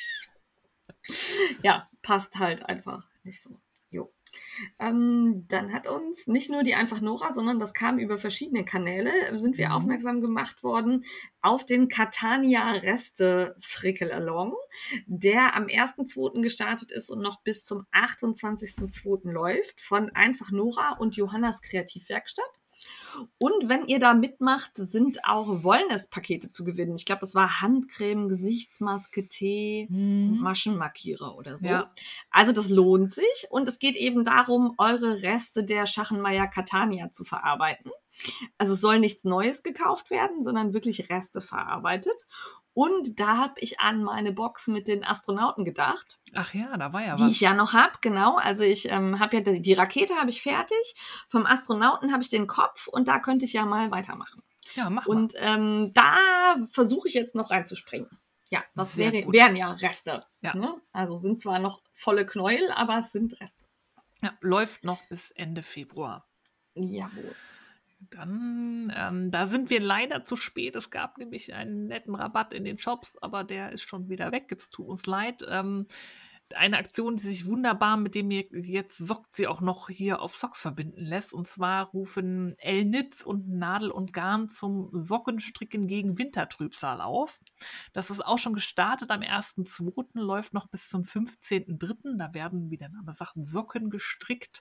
Ja, passt halt einfach nicht so. Jo. Dann hat uns nicht nur die Einfach Nora, sondern das kam über verschiedene Kanäle, sind wir aufmerksam gemacht worden auf den Catania Reste Frickel-Along, der am 1.2. gestartet ist und noch bis zum 28.2. läuft, von Einfach Nora und Johannas Kreativwerkstatt. Und wenn ihr da mitmacht, sind auch Wollness-Pakete zu gewinnen. Ich glaube, das war Handcreme, Gesichtsmaske, Tee und Maschenmarkierer oder so. Ja. Also das lohnt sich. Und es geht eben darum, eure Reste der Schachenmeier Catania zu verarbeiten. Also es soll nichts Neues gekauft werden, sondern wirklich Reste verarbeitet. Und da habe ich an meine Box mit den Astronauten gedacht. Ach ja, da war ja Die was. ich ja noch habe, genau. Also ich habe ja die Rakete habe ich fertig. Vom Astronauten habe ich den Kopf und da könnte ich ja mal weitermachen. Ja, mach mal. Und da versuche ich jetzt noch reinzuspringen. Ja, das Sehr gut. wären ja Reste. Ja. Ne? Also sind zwar noch volle Knäuel, aber es sind Reste. Ja, läuft noch bis Ende Februar. Jawohl. Dann, da sind wir leider zu spät. Es gab nämlich einen netten Rabatt in den Shops, aber der ist schon wieder weg. Jetzt tut uns leid. Eine Aktion, die sich wunderbar mit dem jetzt Sockt sie auch noch hier auf Socks verbinden lässt. Und zwar rufen Elnitz und Nadel und Garn zum Sockenstricken gegen Wintertrübsal auf. Das ist auch schon gestartet am 1.2., läuft noch bis zum 15.3. Da werden, wie der Name sagt, Socken gestrickt.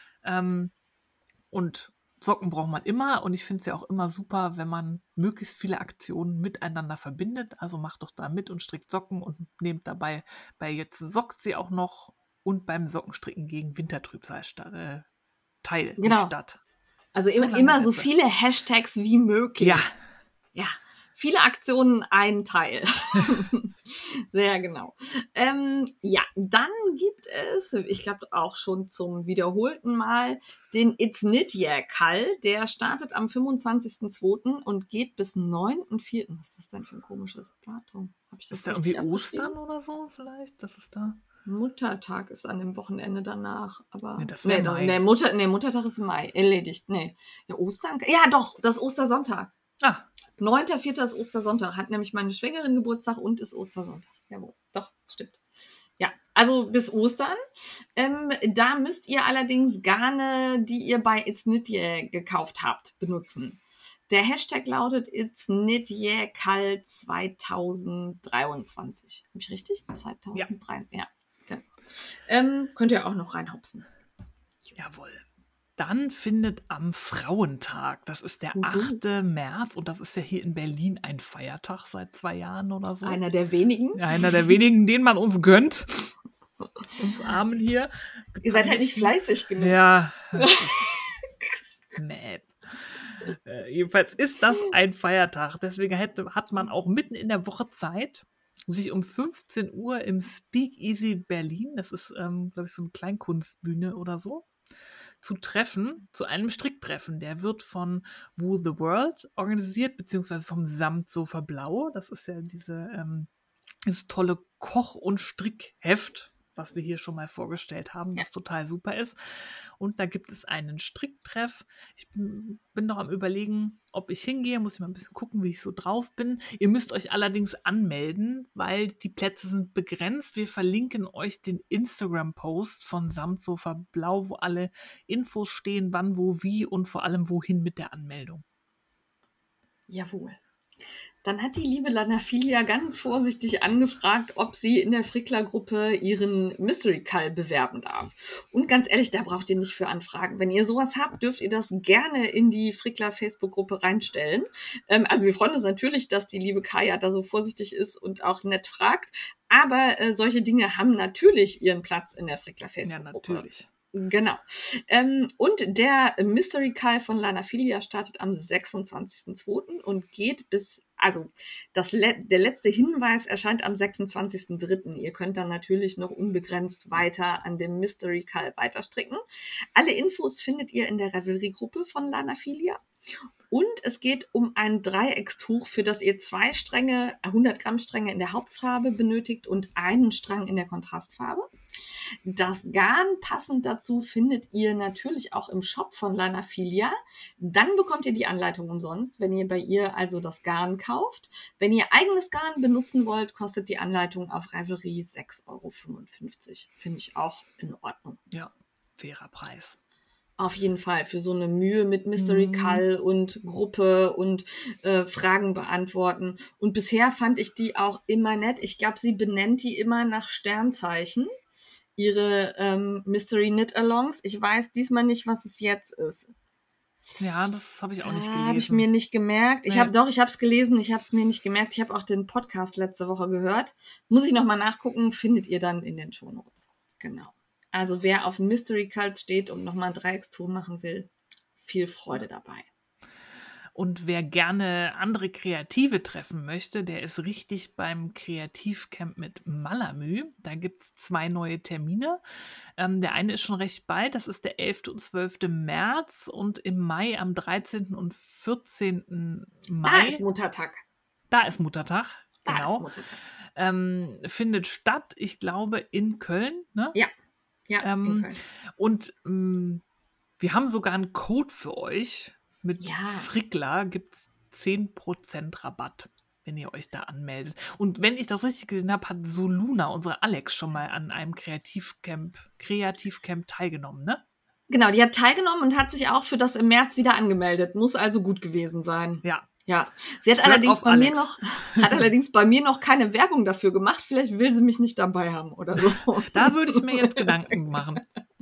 Und Socken braucht man immer und ich finde es ja auch immer super, wenn man möglichst viele Aktionen miteinander verbindet. Also macht doch da mit und strickt Socken und nehmt dabei bei Jetzt Sockt sie auch noch und beim Sockenstricken gegen Wintertrübsal teil Genau. statt. Also Zu lange immer so Sätze. viele Hashtags wie möglich. Ja, Ja, viele Aktionen, ein Teil. Sehr genau. Ja, dann gibt es, ich glaube auch schon zum wiederholten Mal, den It's Knit Year Call. Der startet am 25.02. und geht bis 9.04. Was ist das denn für ein komisches Datum? Hab ich das ist da richtig irgendwie abgeschrieben? Ostern oder so vielleicht? Das ist da. Muttertag ist an dem Wochenende danach, aber Nee, das wär Mai. Muttertag ist im Mai, erledigt. Nee, ja, Ostern? Ja, doch, das ist Ostersonntag. Ah, 9.4. ist Ostersonntag, hat nämlich meine Schwägerin Geburtstag und ist Ostersonntag. Jawohl, doch, stimmt. Ja, also bis Ostern. Da müsst ihr allerdings Garne, die ihr bei It's Knit Year gekauft habt, benutzen. Der Hashtag lautet It's Knit Year Call 2023. Habe ich richtig? 2003. Ja. Genau. Könnt ihr auch noch reinhopsen. jawohl. Dann findet am Frauentag, das ist der 8. März und das ist ja hier in Berlin ein Feiertag seit 2 Jahren oder so. Einer der wenigen. Einer der wenigen, den man uns gönnt. Uns Armen hier. Ihr seid halt nicht fleißig genug. Ja. Nee. Jedenfalls ist das ein Feiertag. Deswegen hat man auch mitten in der Woche Zeit, sich um 15 Uhr im Speakeasy Berlin, das ist, glaube ich, so eine Kleinkunstbühne oder so, zu treffen, zu einem Stricktreffen. Der wird von Woo the World organisiert, beziehungsweise vom Samtsofa Blau. Das ist ja dieses tolle Koch- und Strickheft, was wir hier schon mal vorgestellt haben, was total super ist. Und da gibt es einen Stricktreff. Ich bin noch am Überlegen, ob ich hingehe. Muss ich mal ein bisschen gucken, wie ich so drauf bin. Ihr müsst euch allerdings anmelden, weil die Plätze sind begrenzt. Wir verlinken euch den Instagram-Post von Samtsofa Blau, wo alle Infos stehen, wann, wo, wie und vor allem wohin mit der Anmeldung. Jawohl. Dann hat die liebe Lanafilia ganz vorsichtig angefragt, ob sie in der Frickler-Gruppe ihren Mystery Call bewerben darf. Und ganz ehrlich, da braucht ihr nicht für anfragen. Wenn ihr sowas habt, dürft ihr das gerne in die Frickler-Facebook-Gruppe reinstellen. Also wir freuen uns natürlich, dass die liebe Kaya da so vorsichtig ist und auch nett fragt. Aber solche Dinge haben natürlich ihren Platz in der Frickler-Facebook-Gruppe. Ja, natürlich. Genau. Und der Mystery Call von Lanafilia startet am 26.02. und geht bis, also der letzte Hinweis erscheint am 26.03. Ihr könnt dann natürlich noch unbegrenzt weiter an dem Mystery Call weiterstricken. Alle Infos findet ihr in der Revelry-Gruppe von Lanafilia. Und es geht um ein Dreieckstuch, für das ihr 2 Stränge, 100 Gramm Stränge in der Hauptfarbe benötigt und einen Strang in der Kontrastfarbe. Das Garn passend dazu findet ihr natürlich auch im Shop von Lanafilia. Dann bekommt ihr die Anleitung umsonst, wenn ihr bei ihr also das Garn kauft. Wenn ihr eigenes Garn benutzen wollt, kostet die Anleitung auf Ravelry 6,55 €. Finde ich auch in Ordnung. Ja, fairer Preis. Auf jeden Fall für so eine Mühe mit Mystery Call und Gruppe und Fragen beantworten. Und bisher fand ich die auch immer nett. Ich glaube, sie benennt die immer nach Sternzeichen, ihre Mystery Knit-Alongs. Ich weiß diesmal nicht, was es jetzt ist. Ja, das habe ich auch nicht gelesen. Habe ich mir nicht gemerkt. Ich habe es gelesen, ich habe es mir nicht gemerkt. Ich habe auch den Podcast letzte Woche gehört. Muss ich nochmal nachgucken, findet ihr dann in den Shownotes. Genau. Also wer auf Mystery Cult steht und nochmal ein Dreieckstuch machen will, viel Freude dabei. Und wer gerne andere Kreative treffen möchte, der ist richtig beim Kreativcamp mit Malamü. Da gibt es 2 neue Termine. Der eine ist schon recht bald, das ist der 11. und 12. März. Und im Mai am 13. und 14. Mai. Da ist Muttertag. Genau. Findet statt, ich glaube, in Köln. Ne? Ja, in Köln. Und wir haben sogar einen Code für euch. Mit Frickler gibt es 10% Rabatt, wenn ihr euch da anmeldet. Und wenn ich das richtig gesehen habe, hat Soluna, unsere Alex, schon mal an einem Kreativcamp teilgenommen, ne? Genau, die hat teilgenommen und hat sich auch für das im März wieder angemeldet. Muss also gut gewesen sein. Ja. Sie hat allerdings bei mir noch keine Werbung dafür gemacht. Vielleicht will sie mich nicht dabei haben oder so. Da würde ich mir jetzt Gedanken machen.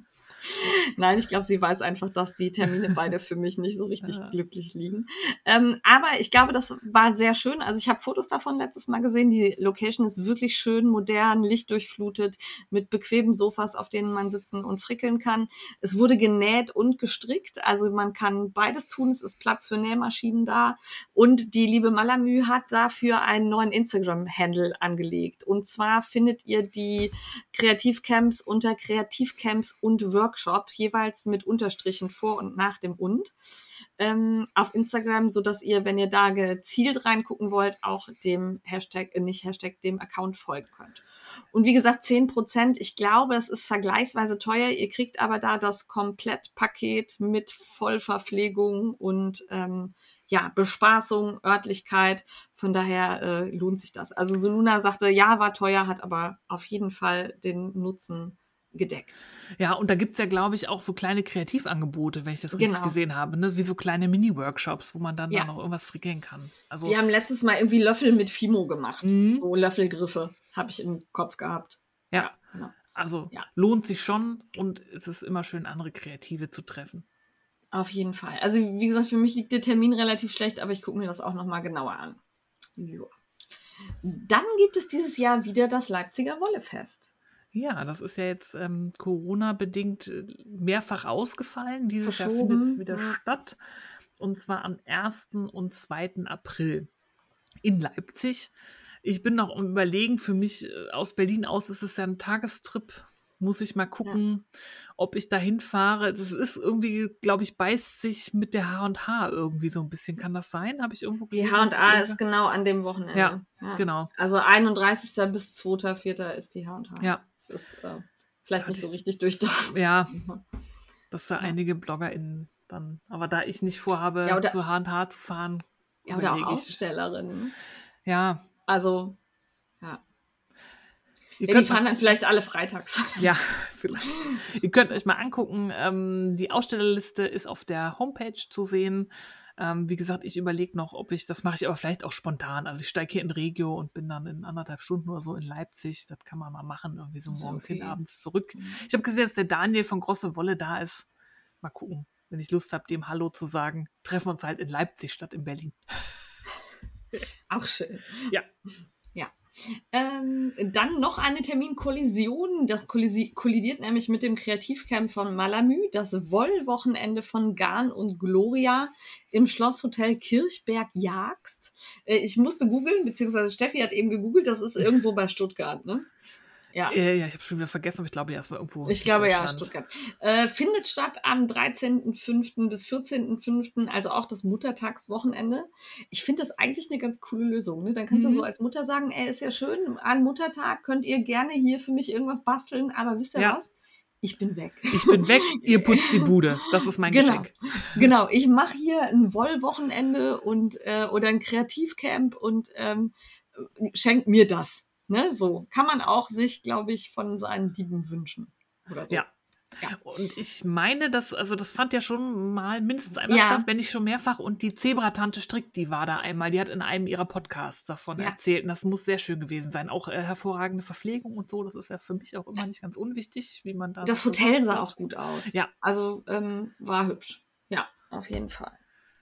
Nein, ich glaube, sie weiß einfach, dass die Termine beide für mich nicht so richtig glücklich liegen. Aber ich glaube, das war sehr schön. Also ich habe Fotos davon letztes Mal gesehen. Die Location ist wirklich schön, modern, lichtdurchflutet, mit bequemen Sofas, auf denen man sitzen und frickeln kann. Es wurde genäht und gestrickt. Also man kann beides tun. Es ist Platz für Nähmaschinen da. Und die liebe Malamü hat dafür einen neuen Instagram-Handle angelegt. Und zwar findet ihr die Kreativcamps unter Kreativcamps und Workshops, jeweils mit Unterstrichen vor und nach dem und auf Instagram, sodass ihr, wenn ihr da gezielt reingucken wollt, auch dem dem Account folgen könnt. Und wie gesagt, 10%, ich glaube, das ist vergleichsweise teuer. Ihr kriegt aber da das Komplettpaket mit Vollverpflegung und Bespaßung, Örtlichkeit. Von daher lohnt sich das. Also Soluna sagte, ja, war teuer, hat aber auf jeden Fall den Nutzen gedeckt. Ja, und da gibt es ja, glaube ich, auch so kleine Kreativangebote, wenn ich das richtig gesehen habe, ne? Wie so kleine Mini-Workshops, wo man dann da noch irgendwas frickeln kann. Also, die haben letztes Mal irgendwie Löffel mit Fimo gemacht. So Löffelgriffe habe ich im Kopf gehabt. Ja. Genau. Also lohnt sich schon und es ist immer schön, andere Kreative zu treffen. Auf jeden Fall. Also wie gesagt, für mich liegt der Termin relativ schlecht, aber ich gucke mir das auch nochmal genauer an. Jo. Dann gibt es dieses Jahr wieder das Leipziger Wollefest. Ja, das ist ja jetzt Corona-bedingt mehrfach ausgefallen. Dieses Jahr findet es wieder statt. Und zwar am 1. und 2. April in Leipzig. Ich bin noch am Überlegen, für mich aus Berlin aus ist es ja ein Tagestrip. Muss ich mal gucken, ob ich da hinfahre. Das ist irgendwie, glaube ich, beißt sich mit der H&H irgendwie so ein bisschen. Kann das sein? Habe ich irgendwo gelesen? Die H&H ist genau an dem Wochenende. Ja, genau. Also 31. bis 2.4. ist die H&H. Ja. Das ist vielleicht nicht so richtig durchdacht. Ja, dass da einige BloggerInnen dann, aber da ich nicht vorhabe, zu H&H zu fahren. Ja, oder auch Ausstellerinnen. Ja. Also, die fahren dann vielleicht alle freitags. Ja, vielleicht. Ihr könnt euch mal angucken. Die Ausstellerliste ist auf der Homepage zu sehen. Wie gesagt, ich überlege noch, das mache ich aber vielleicht auch spontan. Also ich steige hier in Regio und bin dann in 1,5 Stunden oder so in Leipzig. Das kann man mal machen, irgendwie so Ist morgens hin, okay. abends zurück. Ich habe gesehen, dass der Daniel von Grosse Wolle da ist. Mal gucken, wenn ich Lust habe, dem Hallo zu sagen. Treffen wir uns halt in Leipzig statt in Berlin. Auch schön. Ja. Ja. Dann noch eine Terminkollision. Das kollidiert nämlich mit dem Kreativcamp von Malamü, das Wollwochenende von Garn und Gloria im Schlosshotel Kirchberg-Jagst. Ich musste googeln, beziehungsweise Steffi hat eben gegoogelt, das ist irgendwo bei Stuttgart, ne? Ja. Ja, ich habe schon wieder vergessen, aber ich glaube, ja, es war irgendwo Ich glaube, ja, Deutschland. Stuttgart. Findet statt am 13.05. bis 14.05., also auch das Muttertagswochenende. Ich finde das eigentlich eine ganz coole Lösung. Ne? Dann kannst du so als Mutter sagen, ist ja schön, an Muttertag könnt ihr gerne hier für mich irgendwas basteln, aber wisst ihr was? Ich bin weg. Ich bin weg, ihr putzt die Bude. Das ist mein Geschenk. Genau, ich mache hier ein Wollwochenende oder ein Kreativcamp und schenkt mir das. Ne, so kann man auch sich, glaube ich, von seinen Dieben wünschen. Oder so. Ja. Und ich meine, das fand ja schon mal mindestens einmal statt, wenn nicht schon mehrfach. Und die Zebratante Strick, die war da einmal. Die hat in einem ihrer Podcasts davon erzählt. Und das muss sehr schön gewesen sein. Auch hervorragende Verpflegung und so. Das ist ja für mich auch immer nicht ganz unwichtig, wie man da. Das Hotel sah auch gut aus. Ja. Also war hübsch. Ja, auf jeden Fall.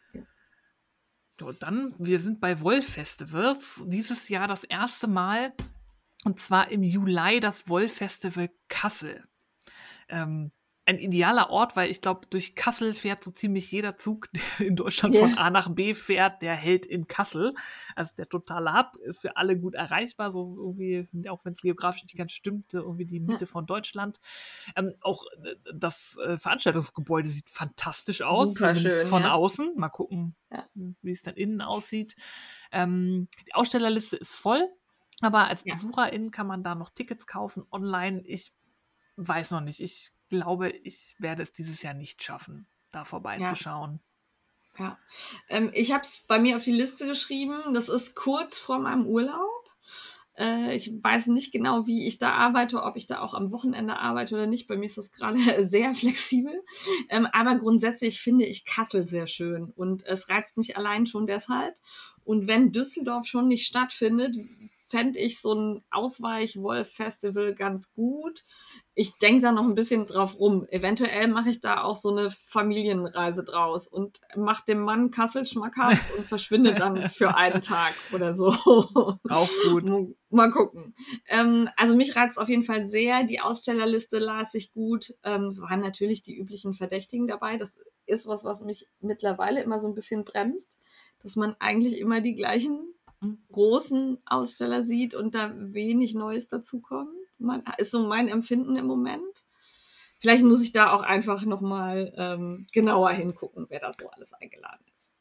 Und dann, wir sind bei Wollfestivals. Dieses Jahr das erste Mal. Und zwar im Juli das Wollfestival Kassel. Ein idealer Ort, weil ich glaube, durch Kassel fährt so ziemlich jeder Zug, der in Deutschland von A nach B fährt, der hält in Kassel. Also der totale Hub ist für alle gut erreichbar, so irgendwie, auch wenn es geografisch nicht ganz stimmt, irgendwie die Mitte von Deutschland. Auch das Veranstaltungsgebäude sieht fantastisch aus, super schön, von außen. Mal gucken, wie es dann innen aussieht. Die Ausstellerliste ist voll. Aber als Besucherin kann man da noch Tickets kaufen online. Ich weiß noch nicht. Ich glaube, ich werde es dieses Jahr nicht schaffen, da vorbeizuschauen. Ja. Ich habe es bei mir auf die Liste geschrieben. Das ist kurz vor meinem Urlaub. Ich weiß nicht genau, wie ich da arbeite, ob ich da auch am Wochenende arbeite oder nicht. Bei mir ist das gerade sehr flexibel. Aber grundsätzlich finde ich Kassel sehr schön. Und es reizt mich allein schon deshalb. Und wenn Düsseldorf schon nicht stattfindet, fände ich so ein Ausweich-Wolf-Festival ganz gut. Ich denke da noch ein bisschen drauf rum. Eventuell mache ich da auch so eine Familienreise draus und mache dem Mann Kassel schmackhaft und verschwinde dann für einen Tag oder so. Auch gut. Mal gucken. Also mich reizt auf jeden Fall sehr. Die Ausstellerliste las ich gut. Es waren natürlich die üblichen Verdächtigen dabei. Das ist was mich mittlerweile immer so ein bisschen bremst, dass man eigentlich immer die gleichen großen Aussteller sieht und da wenig Neues dazukommt. Ist so mein Empfinden im Moment. Vielleicht muss ich da auch einfach nochmal genauer hingucken, wer da so alles eingeladen ist.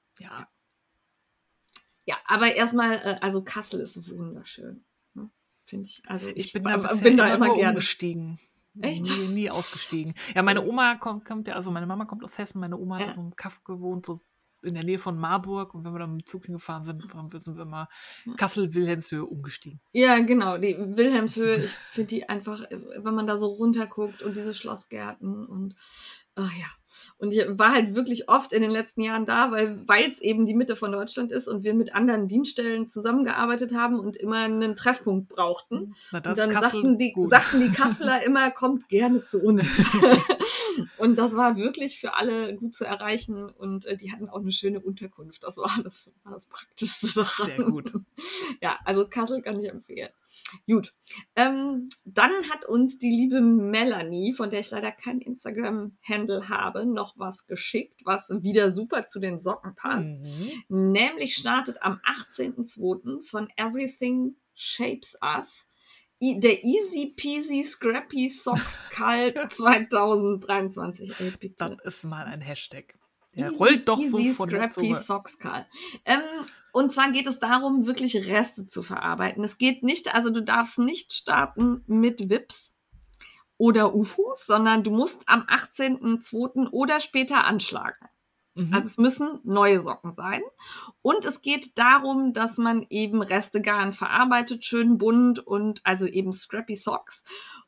Ja, aber erstmal, also Kassel ist wunderschön. Ne? Finde ich. Also ich bin da immer gerne umgestiegen. Echt? Nie ausgestiegen. Ja, meine Oma kommt ja, also meine Mama kommt aus Hessen, meine Oma hat so im Kaff gewohnt, so in der Nähe von Marburg, und wenn wir dann mit dem Zug hingefahren sind, sind wir immer Kassel-Wilhelmshöhe umgestiegen. Ja, genau, die Wilhelmshöhe, ich finde die einfach, wenn man da so runterguckt und diese Schlossgärten und und ich war halt wirklich oft in den letzten Jahren da, weil es eben die Mitte von Deutschland ist und wir mit anderen Dienststellen zusammengearbeitet haben und immer einen Treffpunkt brauchten. Und dann sagten die Kasseler immer, kommt gerne zu uns. Und das war wirklich für alle gut zu erreichen und die hatten auch eine schöne Unterkunft. Das war das Praktischste daran. Sehr gut. Ja, also Kassel kann ich empfehlen. Gut. Dann hat uns die liebe Melanie, von der ich leider kein Instagram-Handle habe, noch was geschickt, was wieder super zu den Socken passt. Nämlich startet am 18.02. von Everything Shapes Us der Easy Peasy Scrappy Socks Kalt 2023. Ey, bitte. Das ist mal ein Hashtag. Der rollt doch so von der Zunge. Socks Kalt. Und zwar geht es darum, wirklich Reste zu verarbeiten. Es geht nicht, also du darfst nicht starten mit Wips oder UFOs, sondern du musst am 18.02. oder später anschlagen. Also es müssen neue Socken sein. Und es geht darum, dass man eben Restegarn verarbeitet, schön bunt und also eben Scrappy Socks.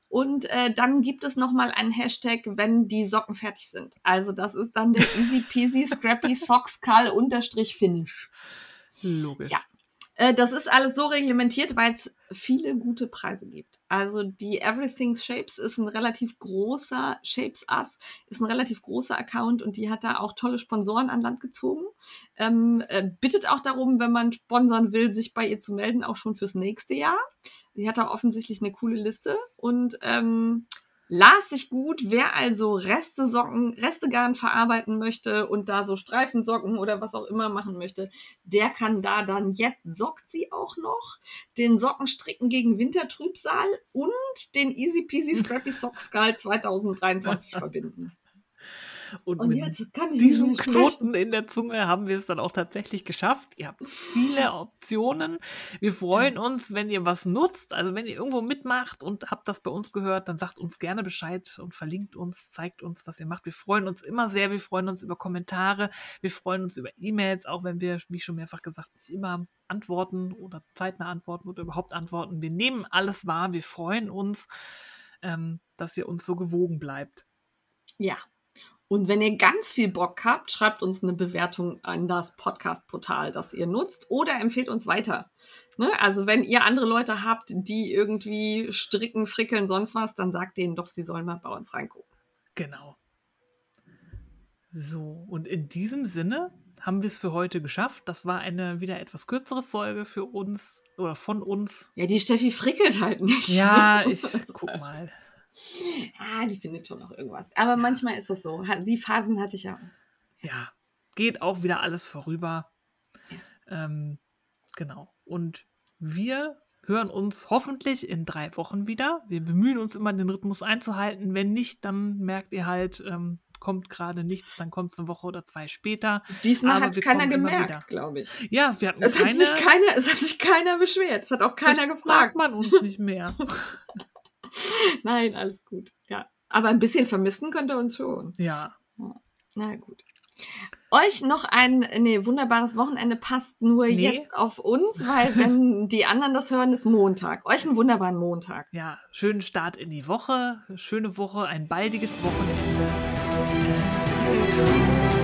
Und dann gibt es nochmal einen Hashtag, wenn die Socken fertig sind. Also das ist dann der Easy Peasy Scrappy Socks Call _Finish. Logisch. Ja. Das ist alles so reglementiert, weil es viele gute Preise gibt. Also die Everything's Shapes ist ein relativ großer, Shapes Us ist ein relativ großer Account und die hat da auch tolle Sponsoren an Land gezogen. Bittet auch darum, wenn man sponsern will, sich bei ihr zu melden, auch schon fürs nächste Jahr. Die hat da offensichtlich eine coole Liste und las sich gut, wer also Restegarn verarbeiten möchte und da so Streifensocken oder was auch immer machen möchte, der kann da dann, jetzt sockt sie auch noch, den Sockenstricken gegen Wintertrübsal und den Easy Peasy Scrappy Socks Skull 2023 verbinden. Und Und mit jetzt kann ich diesem nicht mehr Knoten sprechen. in der Zunge haben wir es dann auch tatsächlich geschafft. Ihr habt viele Optionen. Wir freuen uns, wenn ihr was nutzt. Also wenn ihr irgendwo mitmacht und habt das bei uns gehört, dann sagt uns gerne Bescheid und verlinkt uns, zeigt uns, was ihr macht. Wir freuen uns immer sehr. Wir freuen uns über Kommentare. Wir freuen uns über E-Mails, auch wenn wir, wie schon mehrfach gesagt, nicht immer antworten oder zeitnah antworten oder überhaupt antworten. Wir nehmen alles wahr. Wir freuen uns, dass ihr uns so gewogen bleibt. Ja. Und wenn ihr ganz viel Bock habt, schreibt uns eine Bewertung an das Podcast-Portal, das ihr nutzt, oder empfehlt uns weiter. Ne? Also wenn ihr andere Leute habt, die irgendwie stricken, frickeln, sonst was, dann sagt denen doch, sie sollen mal bei uns reingucken. Genau. So, und in diesem Sinne haben wir es für heute geschafft. Das war eine wieder etwas kürzere Folge für uns oder von uns. Ja, die Steffi frickelt halt nicht. Ja, ich guck mal. Die findet schon noch irgendwas. Aber manchmal ist es so. Die Phasen hatte ich ja auch. Ja, geht auch wieder alles vorüber. Genau. Und wir hören uns hoffentlich in 3 Wochen wieder. Wir bemühen uns immer, den Rhythmus einzuhalten. Wenn nicht, dann merkt ihr halt, kommt gerade nichts, dann kommt es eine Woche oder 2 später. Diesmal hat es keiner gemerkt, glaube ich. Ja, wir hatten es hat sich keiner beschwert. Es hat auch keiner gefragt. Fragt man uns nicht mehr. Nein, alles gut. Ja. Aber ein bisschen vermissen könnt ihr uns schon. Ja. Na gut. Euch noch ein wunderbares Wochenende, passt nur jetzt auf uns, weil wenn die anderen das hören, ist Montag. Euch einen wunderbaren Montag. Ja, schönen Start in die Woche, schöne Woche, ein baldiges Wochenende.